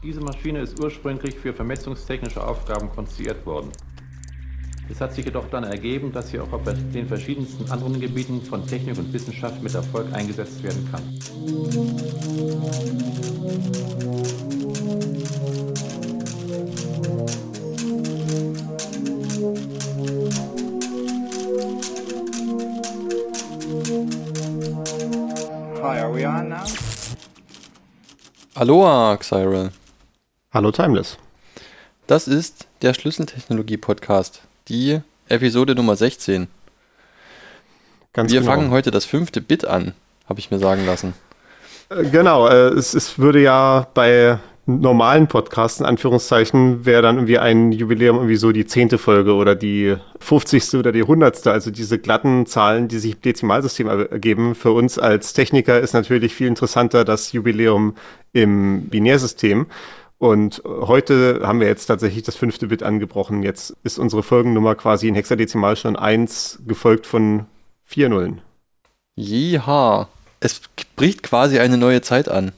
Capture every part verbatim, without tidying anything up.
Diese Maschine ist ursprünglich für vermessungstechnische Aufgaben konstruiert worden. Es hat sich jedoch dann ergeben, dass sie auch auf den verschiedensten anderen Gebieten von Technik und Wissenschaft mit Erfolg eingesetzt werden kann. Hi, are we on now? Aloha, Xyrel. Hallo Timeless. Das ist der Schlüsseltechnologie-Podcast, die Episode Nummer sechzehn. Ganz Wir genau. fangen heute das fünfte Bit an, habe ich mir sagen lassen. Äh, Genau, äh, es, es würde ja bei normalen Podcasts, in Anführungszeichen, wäre dann irgendwie ein Jubiläum irgendwie so die zehnte Folge oder die fünfzigste oder die hundertste. Also diese glatten Zahlen, die sich im Dezimalsystem er- ergeben. Für uns als Techniker ist natürlich viel interessanter das Jubiläum im Binärsystem. Und heute haben wir jetzt tatsächlich das fünfte Bit angebrochen. Jetzt ist unsere Folgennummer quasi in Hexadezimal schon eins, gefolgt von vier Nullen. Jeha, es bricht quasi eine neue Zeit an.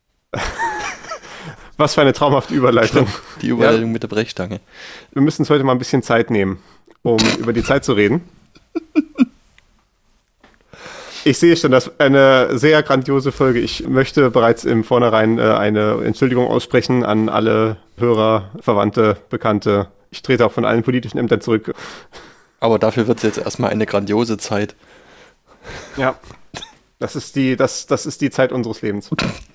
Was für eine traumhafte Überleitung. Die Überleitung mit der Brechstange. Wir müssen uns heute mal ein bisschen Zeit nehmen, um über die Zeit zu reden. Ich sehe schon, das ist eine sehr grandiose Folge. Ich möchte bereits im Vornherein äh, eine Entschuldigung aussprechen an alle Hörer, Verwandte, Bekannte. Ich trete auch von allen politischen Ämtern zurück. Aber dafür wird es jetzt erstmal eine grandiose Zeit. Ja, das ist die, das, das ist die Zeit unseres Lebens.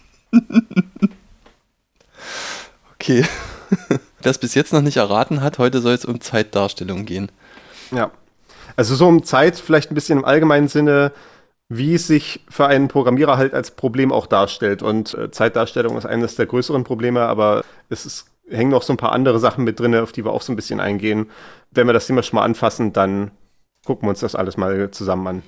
Okay. Wer das bis jetzt noch nicht erraten hat, heute soll es um Zeitdarstellung gehen. Ja, also so um Zeit, vielleicht ein bisschen im allgemeinen Sinne, wie es sich für einen Programmierer halt als Problem auch darstellt. Und äh, Zeitdarstellung ist eines der größeren Probleme, aber es ist, hängen noch so ein paar andere Sachen mit drin, auf die wir auch so ein bisschen eingehen. Wenn wir das Thema schon mal anfassen, dann gucken wir uns das alles mal zusammen an.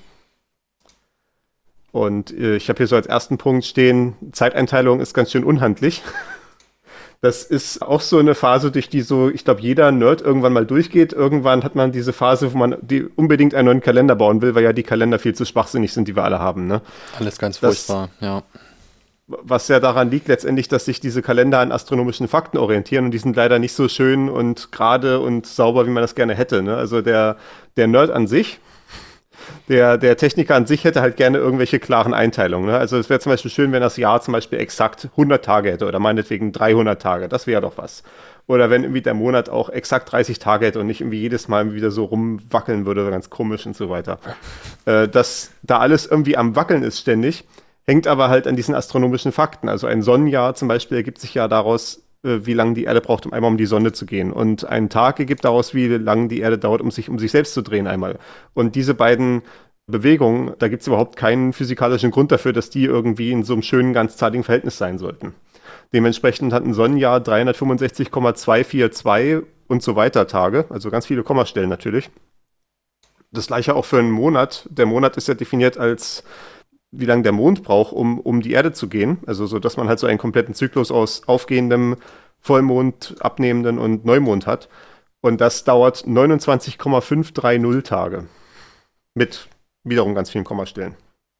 Und äh, ich habe hier so als ersten Punkt stehen, Zeiteinteilung ist ganz schön unhandlich. Das ist auch so eine Phase, durch die so, ich glaube, jeder Nerd irgendwann mal durchgeht. Irgendwann hat man diese Phase, wo man die unbedingt einen neuen Kalender bauen will, weil ja die Kalender viel zu schwachsinnig sind, die wir alle haben. Ne? Alles ganz Das- furchtbar, ja. Was ja daran liegt letztendlich, dass sich diese Kalender an astronomischen Fakten orientieren und die sind leider nicht so schön und gerade und sauber, wie man das gerne hätte. Ne? Also der, der Nerd an sich, der, der Techniker an sich hätte halt gerne irgendwelche klaren Einteilungen. Ne? Also es wäre zum Beispiel schön, wenn das Jahr zum Beispiel exakt hundert Tage hätte oder meinetwegen dreihundert Tage. Das wäre doch was. Oder wenn irgendwie der Monat auch exakt dreißig Tage hätte und nicht irgendwie jedes Mal wieder so rumwackeln würde, ganz komisch und so weiter. Äh, dass da alles irgendwie am Wackeln ist ständig, hängt aber halt an diesen astronomischen Fakten. Also ein Sonnenjahr zum Beispiel ergibt sich ja daraus, äh, wie lange die Erde braucht, um einmal um die Sonne zu gehen. Und ein Tag ergibt daraus, wie lange die Erde dauert, um sich um sich selbst zu drehen einmal. Und diese beiden Bewegungen, da gibt es überhaupt keinen physikalischen Grund dafür, dass die irgendwie in so einem schönen ganzzahligen Verhältnis sein sollten. Dementsprechend hat ein Sonnenjahr dreihundertfünfundsechzig Komma zweihundertvierundzwanzig und so weiter Tage, also ganz viele Kommastellen natürlich. Das gleiche auch für einen Monat. Der Monat ist ja definiert als wie lange der Mond braucht, um, um die Erde zu gehen. Also so, dass man halt so einen kompletten Zyklus aus aufgehendem, Vollmond, abnehmenden und Neumond hat. Und das dauert neunundzwanzig Komma fünfhundertdreißig Tage. Mit wiederum ganz vielen Kommastellen.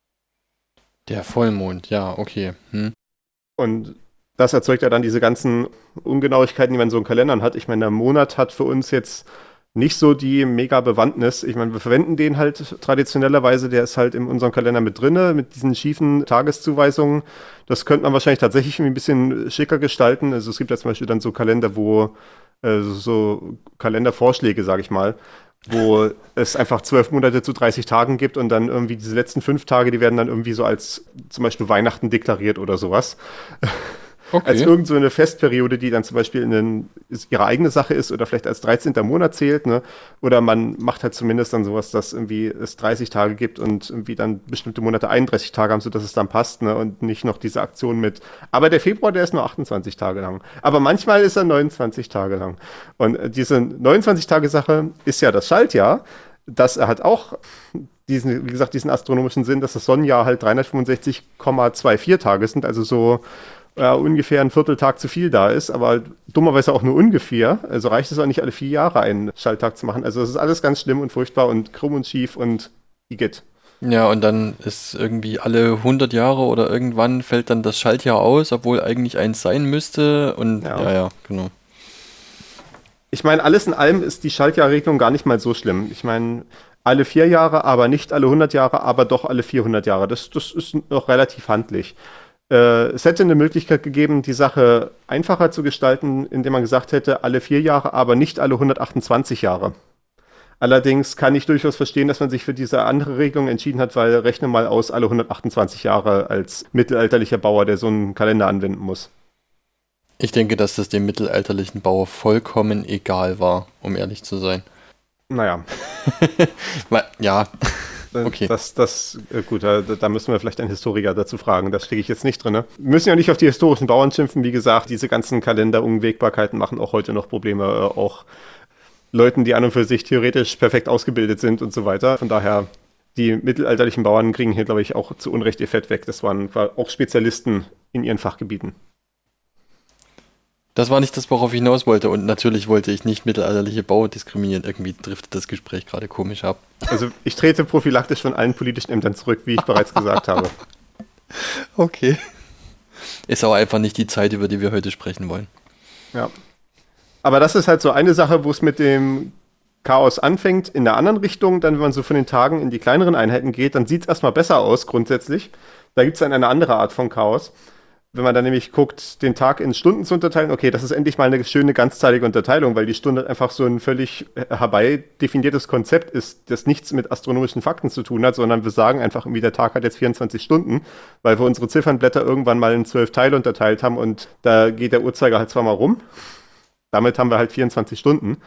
Der Vollmond, ja, okay. Hm. Und das erzeugt ja dann diese ganzen Ungenauigkeiten, die man in so in Kalendern hat. Ich meine, der Monat hat für uns jetzt nicht so die mega Bewandtnis. Ich meine, wir verwenden den halt traditionellerweise, der ist halt in unserem Kalender mit drinne, mit diesen schiefen Tageszuweisungen. Das könnte man wahrscheinlich tatsächlich irgendwie ein bisschen schicker gestalten. Also es gibt ja zum Beispiel dann so Kalender, wo, äh, so Kalendervorschläge, sage ich mal, wo es einfach zwölf Monate zu dreißig Tagen gibt und dann irgendwie diese letzten fünf Tage, die werden dann irgendwie so als zum Beispiel Weihnachten deklariert oder sowas. Okay. Als irgend so eine Festperiode, die dann zum Beispiel in einen, ist ihre eigene Sache ist oder vielleicht als dreizehnter Monat zählt, ne? Oder man macht halt zumindest dann sowas, dass irgendwie es dreißig Tage gibt und irgendwie dann bestimmte Monate einunddreißig Tage haben, sodass es dann passt, ne? Und nicht noch diese Aktion mit, aber der Februar, der ist nur achtundzwanzig Tage lang. Aber manchmal ist er neunundzwanzig Tage lang. Und äh, diese neunundzwanzig-Tage-Sache ist ja das Schaltjahr. Das hat auch diesen, wie gesagt, diesen astronomischen Sinn, dass das Sonnenjahr halt dreihundertfünfundsechzig Komma vierundzwanzig Tage sind, also so ja, ungefähr ein Vierteltag zu viel da ist, aber dummerweise auch nur ungefähr. Also reicht es auch nicht alle vier Jahre einen Schalttag zu machen. Also es ist alles ganz schlimm und furchtbar und krumm und schief und igitt. Ja, und dann ist irgendwie alle hundert Jahre oder irgendwann fällt dann das Schaltjahr aus, obwohl eigentlich eins sein müsste. Und ja, Ja. ja, genau. Ich meine, alles in allem ist die Schaltjahrregelung gar nicht mal so schlimm. Ich meine, alle vier Jahre, aber nicht alle hundert Jahre, aber doch alle vierhundert Jahre. Das, das ist noch relativ handlich. Äh, es hätte eine Möglichkeit gegeben, die Sache einfacher zu gestalten, indem man gesagt hätte, alle vier Jahre, aber nicht alle hundertachtundzwanzig Jahre. Allerdings kann ich durchaus verstehen, dass man sich für diese andere Regelung entschieden hat, weil rechne mal aus, alle hundertachtundzwanzig Jahre als mittelalterlicher Bauer, der so einen Kalender anwenden muss. Ich denke, dass das dem mittelalterlichen Bauer vollkommen egal war, um ehrlich zu sein. Naja. Weil, ja, okay. Das, das, äh, gut, da, da müssen wir vielleicht einen Historiker dazu fragen. Das stecke ich jetzt nicht drin. Ne? Wir müssen ja nicht auf die historischen Bauern schimpfen. Wie gesagt, diese ganzen Kalenderunwägbarkeiten machen auch heute noch Probleme. Äh, auch Leuten, die an und für sich theoretisch perfekt ausgebildet sind und so weiter. Von daher, die mittelalterlichen Bauern kriegen hier, glaube ich, auch zu Unrecht ihr Fett weg. Das waren war auch Spezialisten in ihren Fachgebieten. Das war nicht das, worauf ich hinaus wollte. Und natürlich wollte ich nicht mittelalterliche Bauern diskriminieren. Irgendwie driftet das Gespräch gerade komisch ab. Also ich trete prophylaktisch von allen politischen Ämtern zurück, wie ich bereits gesagt habe. Okay. Ist auch einfach nicht die Zeit, über die wir heute sprechen wollen. Ja. Aber das ist halt so eine Sache, wo es mit dem Chaos anfängt. In der anderen Richtung, dann wenn man so von den Tagen in die kleineren Einheiten geht, dann sieht es erstmal besser aus grundsätzlich. Da gibt es dann eine andere Art von Chaos. Wenn man dann nämlich guckt, den Tag in Stunden zu unterteilen, okay, das ist endlich mal eine schöne ganzzahlige Unterteilung, weil die Stunde einfach so ein völlig herbei definiertes Konzept ist, das nichts mit astronomischen Fakten zu tun hat, sondern wir sagen einfach, irgendwie der Tag hat jetzt vierundzwanzig Stunden, weil wir unsere Ziffernblätter irgendwann mal in zwölf Teile unterteilt haben und da geht der Uhrzeiger halt zweimal rum. Damit haben wir halt vierundzwanzig Stunden.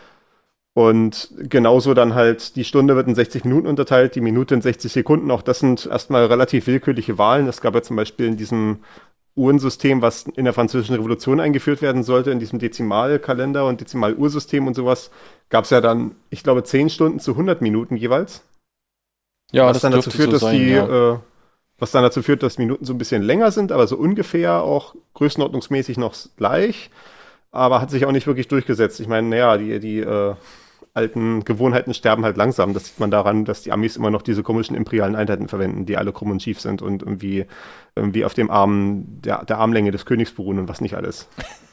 Und genauso dann halt, die Stunde wird in sechzig Minuten unterteilt, die Minute in sechzig Sekunden. Auch das sind erstmal relativ willkürliche Wahlen. Es gab ja zum Beispiel in diesem Uhrensystem, was in der Französischen Revolution eingeführt werden sollte, in diesem Dezimalkalender und Dezimaluhrsystem und sowas, gab es ja dann, ich glaube, zehn Stunden zu hundert Minuten jeweils. Ja, was das dann dazu dürfte führt, so dass sein, die, ja. äh, was dann dazu führt, dass Minuten so ein bisschen länger sind, aber so ungefähr auch größenordnungsmäßig noch gleich, aber hat sich auch nicht wirklich durchgesetzt. Ich meine, naja, die, die äh, alten Gewohnheiten sterben halt langsam. Das sieht man daran, dass die Amis immer noch diese komischen imperialen Einheiten verwenden, die alle krumm und schief sind und irgendwie, irgendwie auf dem Arm, der, der Armlänge des Königs beruhen und was nicht alles.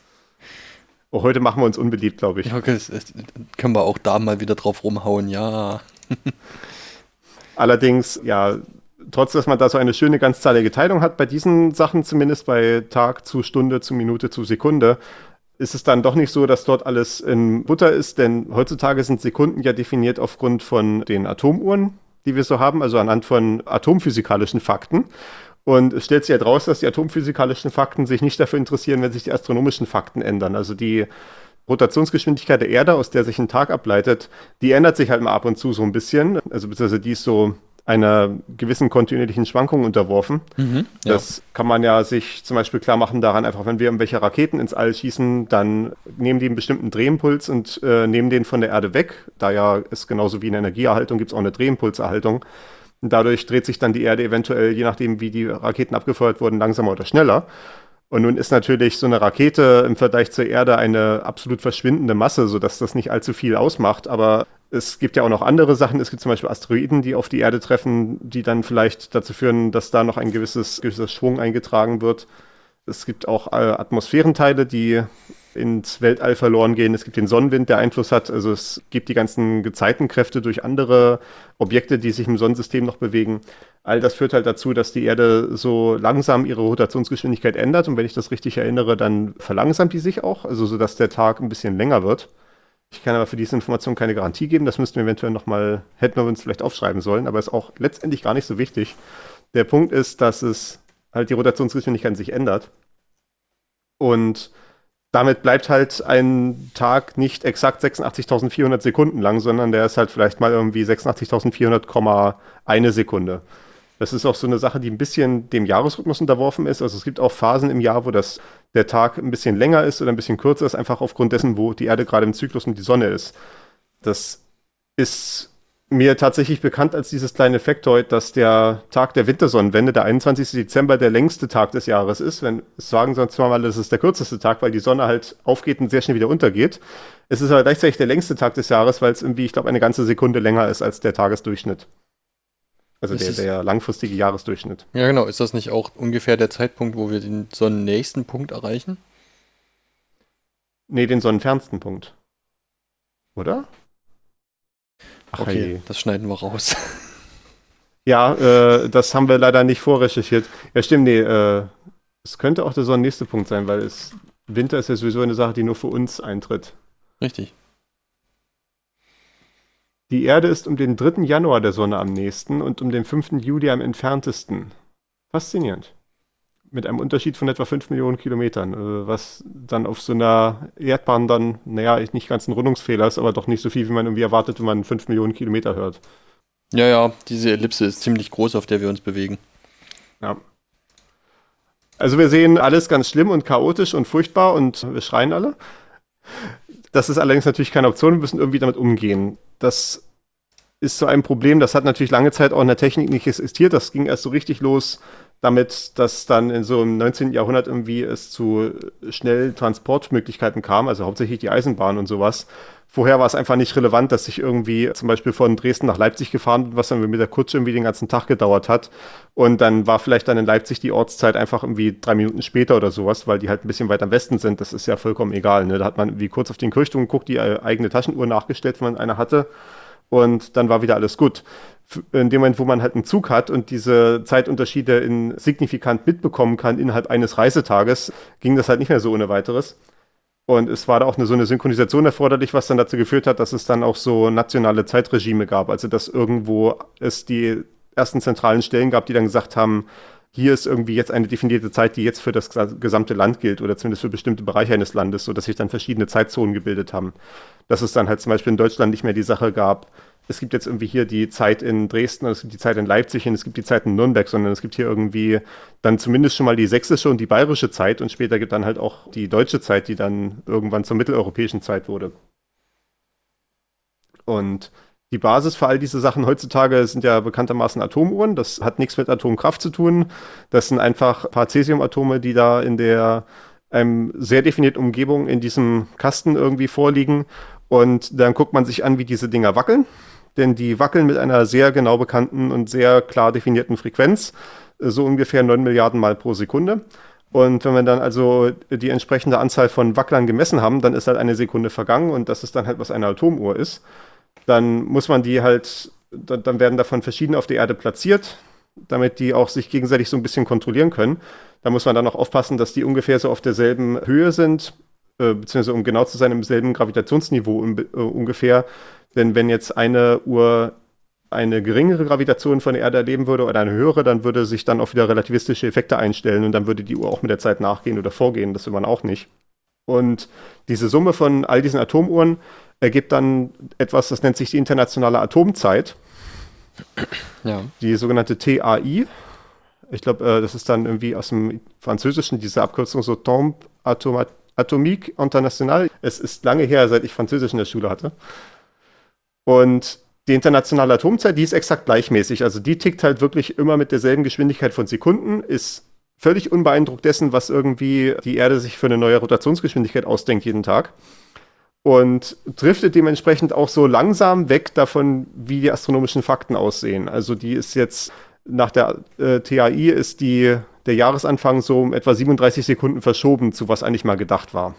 Oh, heute machen wir uns unbeliebt, glaube ich. Ja, okay, das, das können wir auch da mal wieder drauf rumhauen, ja. Allerdings, ja, trotz, dass man da so eine schöne ganzzahlige Teilung hat, bei diesen Sachen zumindest bei Tag zu Stunde zu Minute zu Sekunde, ist es dann doch nicht so, dass dort alles in Butter ist, denn heutzutage sind Sekunden ja definiert aufgrund von den Atomuhren, die wir so haben, also anhand von atomphysikalischen Fakten. Und es stellt sich halt raus, dass die atomphysikalischen Fakten sich nicht dafür interessieren, wenn sich die astronomischen Fakten ändern. Also die Rotationsgeschwindigkeit der Erde, aus der sich ein Tag ableitet, die ändert sich halt mal ab und zu so ein bisschen. Also beziehungsweise die ist so einer gewissen kontinuierlichen Schwankung unterworfen. Mhm, ja. Das kann man ja sich zum Beispiel klar machen daran, einfach wenn wir irgendwelche Raketen ins All schießen, dann nehmen die einen bestimmten Drehimpuls und äh, nehmen den von der Erde weg. Da ja ist genauso wie in der Energieerhaltung, gibt es auch eine Drehimpulserhaltung. Und dadurch dreht sich dann die Erde eventuell, je nachdem wie die Raketen abgefeuert wurden, langsamer oder schneller. Und nun ist natürlich so eine Rakete im Vergleich zur Erde eine absolut verschwindende Masse, sodass das nicht allzu viel ausmacht. Aber es gibt ja auch noch andere Sachen. Es gibt zum Beispiel Asteroiden, die auf die Erde treffen, die dann vielleicht dazu führen, dass da noch ein gewisses, gewisser Schwung eingetragen wird. Es gibt auch äh, Atmosphärenteile, die ins Weltall verloren gehen. Es gibt den Sonnenwind, der Einfluss hat. Also es gibt die ganzen Gezeitenkräfte durch andere Objekte, die sich im Sonnensystem noch bewegen. All das führt halt dazu, dass die Erde so langsam ihre Rotationsgeschwindigkeit ändert. Und wenn ich das richtig erinnere, dann verlangsamt die sich auch, also so dass der Tag ein bisschen länger wird. Ich kann aber für diese Information keine Garantie geben. Das müssten wir eventuell nochmal, hätten wir uns vielleicht aufschreiben sollen. Aber ist auch letztendlich gar nicht so wichtig. Der Punkt ist, dass es halt die Rotationsgeschwindigkeit sich ändert. Und damit bleibt halt ein Tag nicht exakt sechsundachtzigtausendvierhundert Sekunden lang, sondern der ist halt vielleicht mal irgendwie sechsundachtzigtausendvierhundert Komma eine Sekunde. Das ist auch so eine Sache, die ein bisschen dem Jahresrhythmus unterworfen ist. Also es gibt auch Phasen im Jahr, wo das, der Tag ein bisschen länger ist oder ein bisschen kürzer ist, einfach aufgrund dessen, wo die Erde gerade im Zyklus um die Sonne ist. Das ist mir tatsächlich bekannt als dieses kleine Faktoid, dass der Tag der Wintersonnenwende, der einundzwanzigste Dezember, der längste Tag des Jahres ist. Wenn es sagen sonst mal, das ist der kürzeste Tag, weil die Sonne halt aufgeht und sehr schnell wieder untergeht. Es ist aber gleichzeitig der längste Tag des Jahres, weil es irgendwie, ich glaube, eine ganze Sekunde länger ist als der Tagesdurchschnitt. Also Ist der, es- der langfristige Jahresdurchschnitt. Ja, genau. Ist das nicht auch ungefähr der Zeitpunkt, wo wir den so einen nächsten Punkt erreichen? Nee, den sonnenfernsten Punkt. Oder? Ach, Okay, je. das schneiden wir raus. Ja, äh, das haben wir leider nicht vorrecherchiert. Ja, stimmt, nee, äh, es könnte auch der sonnennächste Punkt sein, weil es Winter ist ja sowieso eine Sache, die nur für uns eintritt. Richtig. Die Erde ist um den dritten Januar der Sonne am nächsten und um den fünften Juli am entferntesten. Faszinierend. Mit einem Unterschied von etwa fünf Millionen Kilometern, äh, was dann auf so einer Erdbahn dann, naja, nicht ganz ein Rundungsfehler ist, aber doch nicht so viel, wie man irgendwie erwartet, wenn man fünf Millionen Kilometer hört. Ja, ja, diese Ellipse ist ziemlich groß, auf der wir uns bewegen. Ja. Also wir sehen alles ganz schlimm und chaotisch und furchtbar und wir schreien alle. Das ist allerdings natürlich keine Option, wir müssen irgendwie damit umgehen. Das ist so ein Problem, das hat natürlich lange Zeit auch in der Technik nicht existiert. Das ging erst so richtig los damit, dass dann in so im neunzehnten Jahrhundert irgendwie es zu schnell Transportmöglichkeiten kam, also hauptsächlich die Eisenbahn und sowas. Vorher war es einfach nicht relevant, dass ich irgendwie zum Beispiel von Dresden nach Leipzig gefahren bin, was dann mit der Kutsche irgendwie den ganzen Tag gedauert hat. Und dann war vielleicht dann in Leipzig die Ortszeit einfach irgendwie drei Minuten später oder sowas, weil die halt ein bisschen weiter am Westen sind. Das ist ja vollkommen egal. Ne? Da hat man irgendwie kurz auf den Kirchturm geguckt, die äh, eigene Taschenuhr nachgestellt, wenn man eine hatte. Und dann war wieder alles gut. F- In dem Moment, wo man halt einen Zug hat und diese Zeitunterschiede in signifikant mitbekommen kann innerhalb eines Reisetages, ging das halt nicht mehr so ohne weiteres. Und es war da auch eine, so eine Synchronisation erforderlich, was dann dazu geführt hat, dass es dann auch so nationale Zeitregime gab. Also dass irgendwo es die ersten zentralen Stellen gab, die dann gesagt haben, hier ist irgendwie jetzt eine definierte Zeit, die jetzt für das gesa- gesamte Land gilt oder zumindest für bestimmte Bereiche eines Landes, sodass sich dann verschiedene Zeitzonen gebildet haben. Dass es dann halt zum Beispiel in Deutschland nicht mehr die Sache gab, es gibt jetzt irgendwie hier die Zeit in Dresden, es gibt die Zeit in Leipzig und es gibt die Zeit in Nürnberg, sondern es gibt hier irgendwie dann zumindest schon mal die sächsische und die bayerische Zeit und später gibt dann halt auch die deutsche Zeit, die dann irgendwann zur mitteleuropäischen Zeit wurde. Und die Basis für all diese Sachen heutzutage sind ja bekanntermaßen Atomuhren. Das hat nichts mit Atomkraft zu tun. Das sind einfach ein paar Cäsiumatome, die da in der einem sehr definierten Umgebung in diesem Kasten irgendwie vorliegen. Und dann guckt man sich an, wie diese Dinger wackeln. Denn die wackeln mit einer sehr genau bekannten und sehr klar definierten Frequenz, so ungefähr neun Milliarden Mal pro Sekunde. Und wenn wir dann also die entsprechende Anzahl von Wacklern gemessen haben, dann ist halt eine Sekunde vergangen und das ist dann halt, was eine Atomuhr ist. Dann muss man die halt, dann, dann werden davon verschiedene auf der Erde platziert, damit die auch sich gegenseitig so ein bisschen kontrollieren können. Da muss man dann auch aufpassen, dass die ungefähr so auf derselben Höhe sind, äh, beziehungsweise um genau zu sein, im selben Gravitationsniveau um, äh, ungefähr. Denn wenn jetzt eine Uhr eine geringere Gravitation von der Erde erleben würde oder eine höhere, dann würde sich dann auch wieder relativistische Effekte einstellen und dann würde die Uhr auch mit der Zeit nachgehen oder vorgehen. Das will man auch nicht. Und diese Summe von all diesen Atomuhren ergibt dann etwas, das nennt sich die internationale Atomzeit. Ja. Die sogenannte T A I. Ich glaube, äh, das ist dann irgendwie aus dem Französischen, diese Abkürzung so Temps Atoma- Atomique International. Es ist lange her, seit ich Französisch in der Schule hatte. Und die internationale Atomzeit, die ist exakt gleichmäßig. Also die tickt halt wirklich immer mit derselben Geschwindigkeit von Sekunden, ist völlig unbeeindruckt dessen, was irgendwie die Erde sich für eine neue Rotationsgeschwindigkeit ausdenkt jeden Tag. Und driftet dementsprechend auch so langsam weg davon, wie die astronomischen Fakten aussehen. Also die ist jetzt, nach der äh, T A I ist die, der Jahresanfang so um etwa siebenunddreißig Sekunden verschoben, zu was eigentlich mal gedacht war.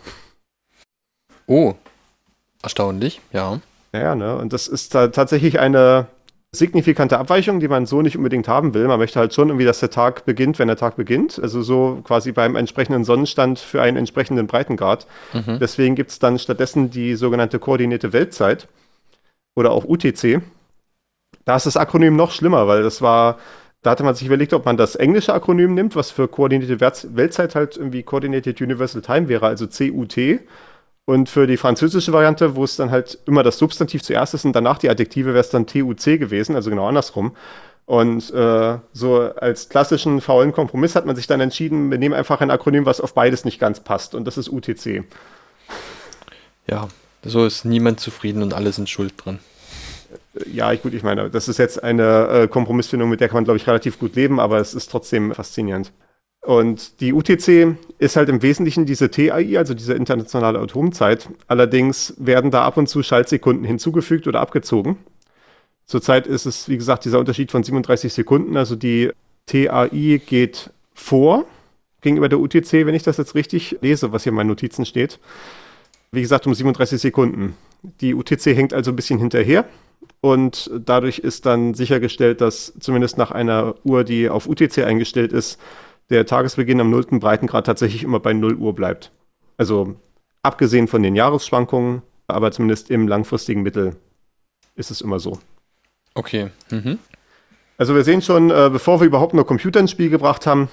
Oh, erstaunlich, ja. Ja, ne? Und das ist ta- tatsächlich eine signifikante Abweichung, die man so nicht unbedingt haben will. Man möchte halt schon irgendwie, dass der Tag beginnt, wenn der Tag beginnt. Also so quasi beim entsprechenden Sonnenstand für einen entsprechenden Breitengrad. Mhm. Deswegen gibt es dann stattdessen die sogenannte koordinierte Weltzeit oder auch U T C. Da ist das Akronym noch schlimmer, weil das war, da hatte man sich überlegt, ob man das englische Akronym nimmt, was für koordinierte Weltzeit halt irgendwie Coordinated Universal Time wäre, also C U T. Und für die französische Variante, wo es dann halt immer das Substantiv zuerst ist und danach die Adjektive, wäre es dann T U C gewesen, also genau andersrum. Und äh, so als klassischen faulen Kompromiss hat man sich dann entschieden, wir nehmen einfach ein Akronym, was auf beides nicht ganz passt. Und das ist U T C. Ja, so ist niemand zufrieden und alle sind schuld dran. Ja, ich, gut, ich meine, das ist jetzt eine äh, Kompromissfindung, mit der kann man, glaube ich, relativ gut leben, aber es ist trotzdem faszinierend. Und die U T C ist halt im Wesentlichen diese T A I, also diese internationale Atomzeit. Allerdings werden da ab und zu Schaltsekunden hinzugefügt oder abgezogen. Zurzeit ist es, wie gesagt, dieser Unterschied von siebenunddreißig Sekunden. Also die T A I geht vor gegenüber der U T C, wenn ich das jetzt richtig lese, was hier in meinen Notizen steht. Wie gesagt, um siebenunddreißig Sekunden. Die U T C hängt also ein bisschen hinterher. Und dadurch ist dann sichergestellt, dass zumindest nach einer Uhr, die auf U T C eingestellt ist, der Tagesbeginn am nullten Breitengrad tatsächlich immer bei null Uhr bleibt. Also abgesehen von den Jahresschwankungen, aber zumindest im langfristigen Mittel ist es immer so. Okay. Mhm. Also wir sehen schon, äh, bevor wir überhaupt nur Computer ins Spiel gebracht haben,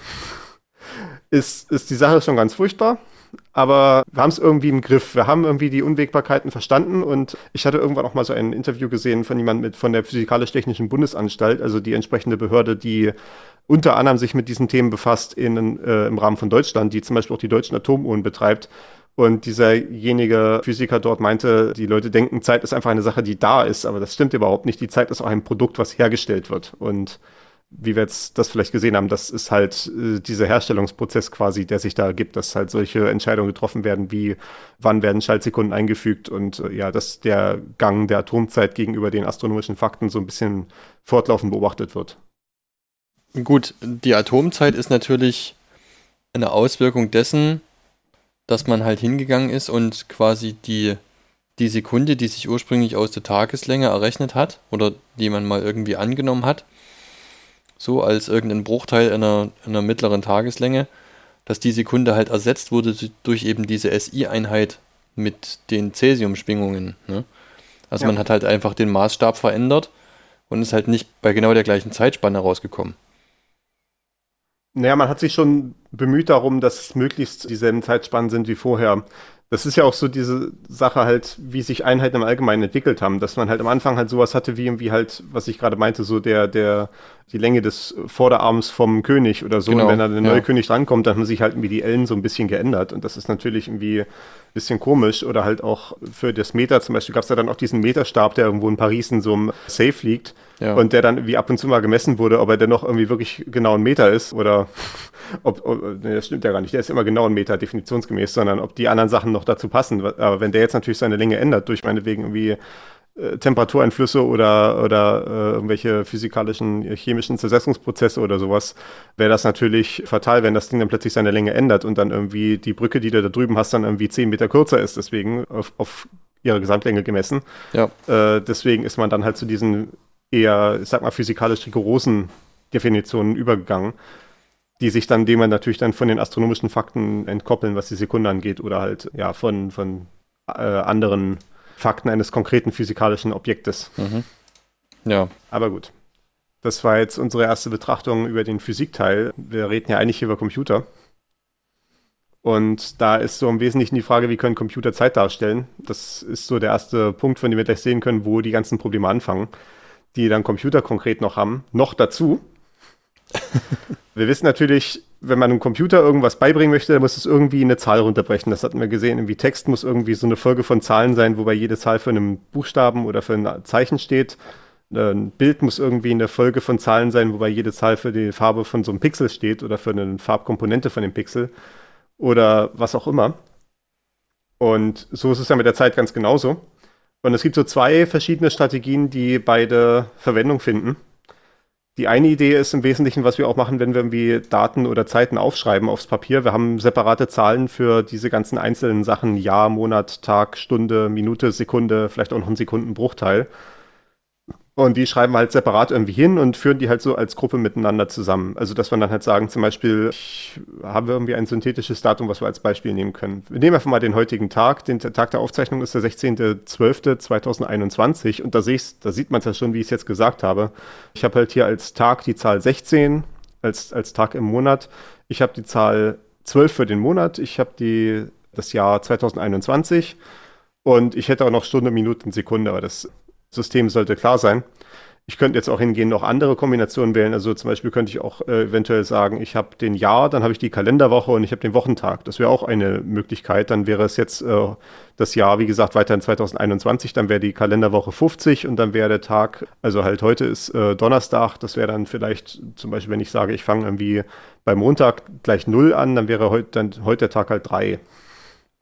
ist, ist die Sache schon ganz furchtbar. Aber wir haben es irgendwie im Griff. Wir haben irgendwie die Unwägbarkeiten verstanden und ich hatte irgendwann auch mal so ein Interview gesehen von jemandem mit von der Physikalisch-Technischen Bundesanstalt, also die entsprechende Behörde, die unter anderem sich mit diesen Themen befasst in, äh, im Rahmen von Deutschland, die zum Beispiel auch die deutschen Atomuhren betreibt. Und dieserjenige Physiker dort meinte, die Leute denken, Zeit ist einfach eine Sache, die da ist, aber das stimmt überhaupt nicht. Die Zeit ist auch ein Produkt, was hergestellt wird. Und wie wir jetzt das vielleicht gesehen haben, das ist halt äh, dieser Herstellungsprozess quasi, der sich da ergibt, dass halt solche Entscheidungen getroffen werden, wie wann werden Schaltsekunden eingefügt und äh, ja, dass der Gang der Atomzeit gegenüber den astronomischen Fakten so ein bisschen fortlaufend beobachtet wird. Gut, die Atomzeit ist natürlich eine Auswirkung dessen, dass man halt hingegangen ist und quasi die, die Sekunde, die sich ursprünglich aus der Tageslänge errechnet hat oder die man mal irgendwie angenommen hat, so als irgendein Bruchteil einer, einer mittleren Tageslänge, dass die Sekunde halt ersetzt wurde durch eben diese S I-Einheit mit den Cäsiumschwingungen. Ne? Also Ja. man hat halt einfach den Maßstab verändert und ist halt nicht bei genau der gleichen Zeitspanne rausgekommen. Naja, man hat sich schon bemüht darum, dass es möglichst dieselben Zeitspannen sind wie vorher. Das ist ja auch so diese Sache halt, wie sich Einheiten im Allgemeinen entwickelt haben, dass man halt am Anfang halt sowas hatte wie irgendwie halt, was ich gerade meinte, so der, der, die Länge des Vorderarms vom König oder so. Genau, Und wenn da der neue ja. König drankommt, dann haben sich halt irgendwie die Ellen so ein bisschen geändert. Und das ist natürlich irgendwie ein bisschen komisch. Oder halt auch für das Meter zum Beispiel gab es ja dann auch diesen Meterstab, der irgendwo in Paris in so einem Safe liegt. Ja. Und der dann irgendwie ab und zu mal gemessen wurde, ob er denn noch irgendwie wirklich genau ein Meter ist oder ob, ob nee, das stimmt ja gar nicht, der ist immer genau ein Meter definitionsgemäß, sondern ob die anderen Sachen noch dazu passen. Aber wenn der jetzt natürlich seine Länge ändert, durch meinetwegen irgendwie äh, Temperatureinflüsse oder, oder äh, irgendwelche physikalischen, äh, chemischen Zersetzungsprozesse oder sowas, wäre das natürlich fatal, wenn das Ding dann plötzlich seine Länge ändert und dann irgendwie die Brücke, die du da drüben hast, dann irgendwie zehn Meter kürzer ist, deswegen auf, auf ihre Gesamtlänge gemessen. Ja. Äh, deswegen ist man dann halt zu diesen eher, ich sag mal, physikalisch rigorosen Definitionen übergegangen, die sich dann, dem man natürlich dann von den astronomischen Fakten entkoppeln, was die Sekunde angeht, oder halt ja von, von äh, anderen Fakten eines konkreten physikalischen Objektes. Mhm. Ja. Aber gut. Das war jetzt unsere erste Betrachtung über den Physikteil. Wir reden ja eigentlich hier über Computer. Und da ist so im Wesentlichen die Frage, wie können Computer Zeit darstellen? Das ist so der erste Punkt, von dem wir gleich sehen können, wo die ganzen Probleme anfangen, die dann Computer konkret noch haben. Noch dazu. Wir wissen natürlich, wenn man einem Computer irgendwas beibringen möchte, dann muss es irgendwie eine Zahl runterbrechen. Das hatten wir gesehen. Irgendwie Text muss irgendwie so eine Folge von Zahlen sein, wobei jede Zahl für einen Buchstaben oder für ein Zeichen steht. Ein Bild muss irgendwie eine Folge von Zahlen sein, wobei jede Zahl für die Farbe von so einem Pixel steht oder für eine Farbkomponente von dem Pixel oder was auch immer. Und so ist es ja mit der Zeit ganz genauso. Und es gibt so zwei verschiedene Strategien, die beide Verwendung finden. Die eine Idee ist im Wesentlichen, was wir auch machen, wenn wir irgendwie Daten oder Zeiten aufschreiben aufs Papier. Wir haben separate Zahlen für diese ganzen einzelnen Sachen, Jahr, Monat, Tag, Stunde, Minute, Sekunde, vielleicht auch noch einen Sekundenbruchteil. Und die schreiben wir halt separat irgendwie hin und führen die halt so als Gruppe miteinander zusammen. Also dass wir dann halt sagen, zum Beispiel, ich habe irgendwie ein synthetisches Datum, was wir als Beispiel nehmen können. Wir nehmen einfach mal den heutigen Tag. Den Tag der Aufzeichnung ist der sechzehnter zwölfter zweitausendeinundzwanzig. Und da, sehe ich's, da sieht man es ja schon, wie ich es jetzt gesagt habe. Ich habe halt hier als Tag die Zahl sechzehn, als, als Tag im Monat. Ich habe die Zahl zwölf für den Monat. Ich habe die das Jahr zweitausendeinundzwanzig. Und ich hätte auch noch Stunde, Minuten, Sekunde, aber das System sollte klar sein. Ich könnte jetzt auch hingehen, noch andere Kombinationen wählen. Also zum Beispiel könnte ich auch äh, eventuell sagen, ich habe den Jahr, dann habe ich die Kalenderwoche und ich habe den Wochentag. Das wäre auch eine Möglichkeit. Dann wäre es jetzt äh, das Jahr, wie gesagt, weiter in zweitausendeinundzwanzig. Dann wäre die Kalenderwoche fünfzig und dann wäre der Tag, also halt heute ist äh, Donnerstag. Das wäre dann vielleicht zum Beispiel, wenn ich sage, ich fange irgendwie beim Montag gleich null an, dann wäre heut, dann heute der Tag halt drei.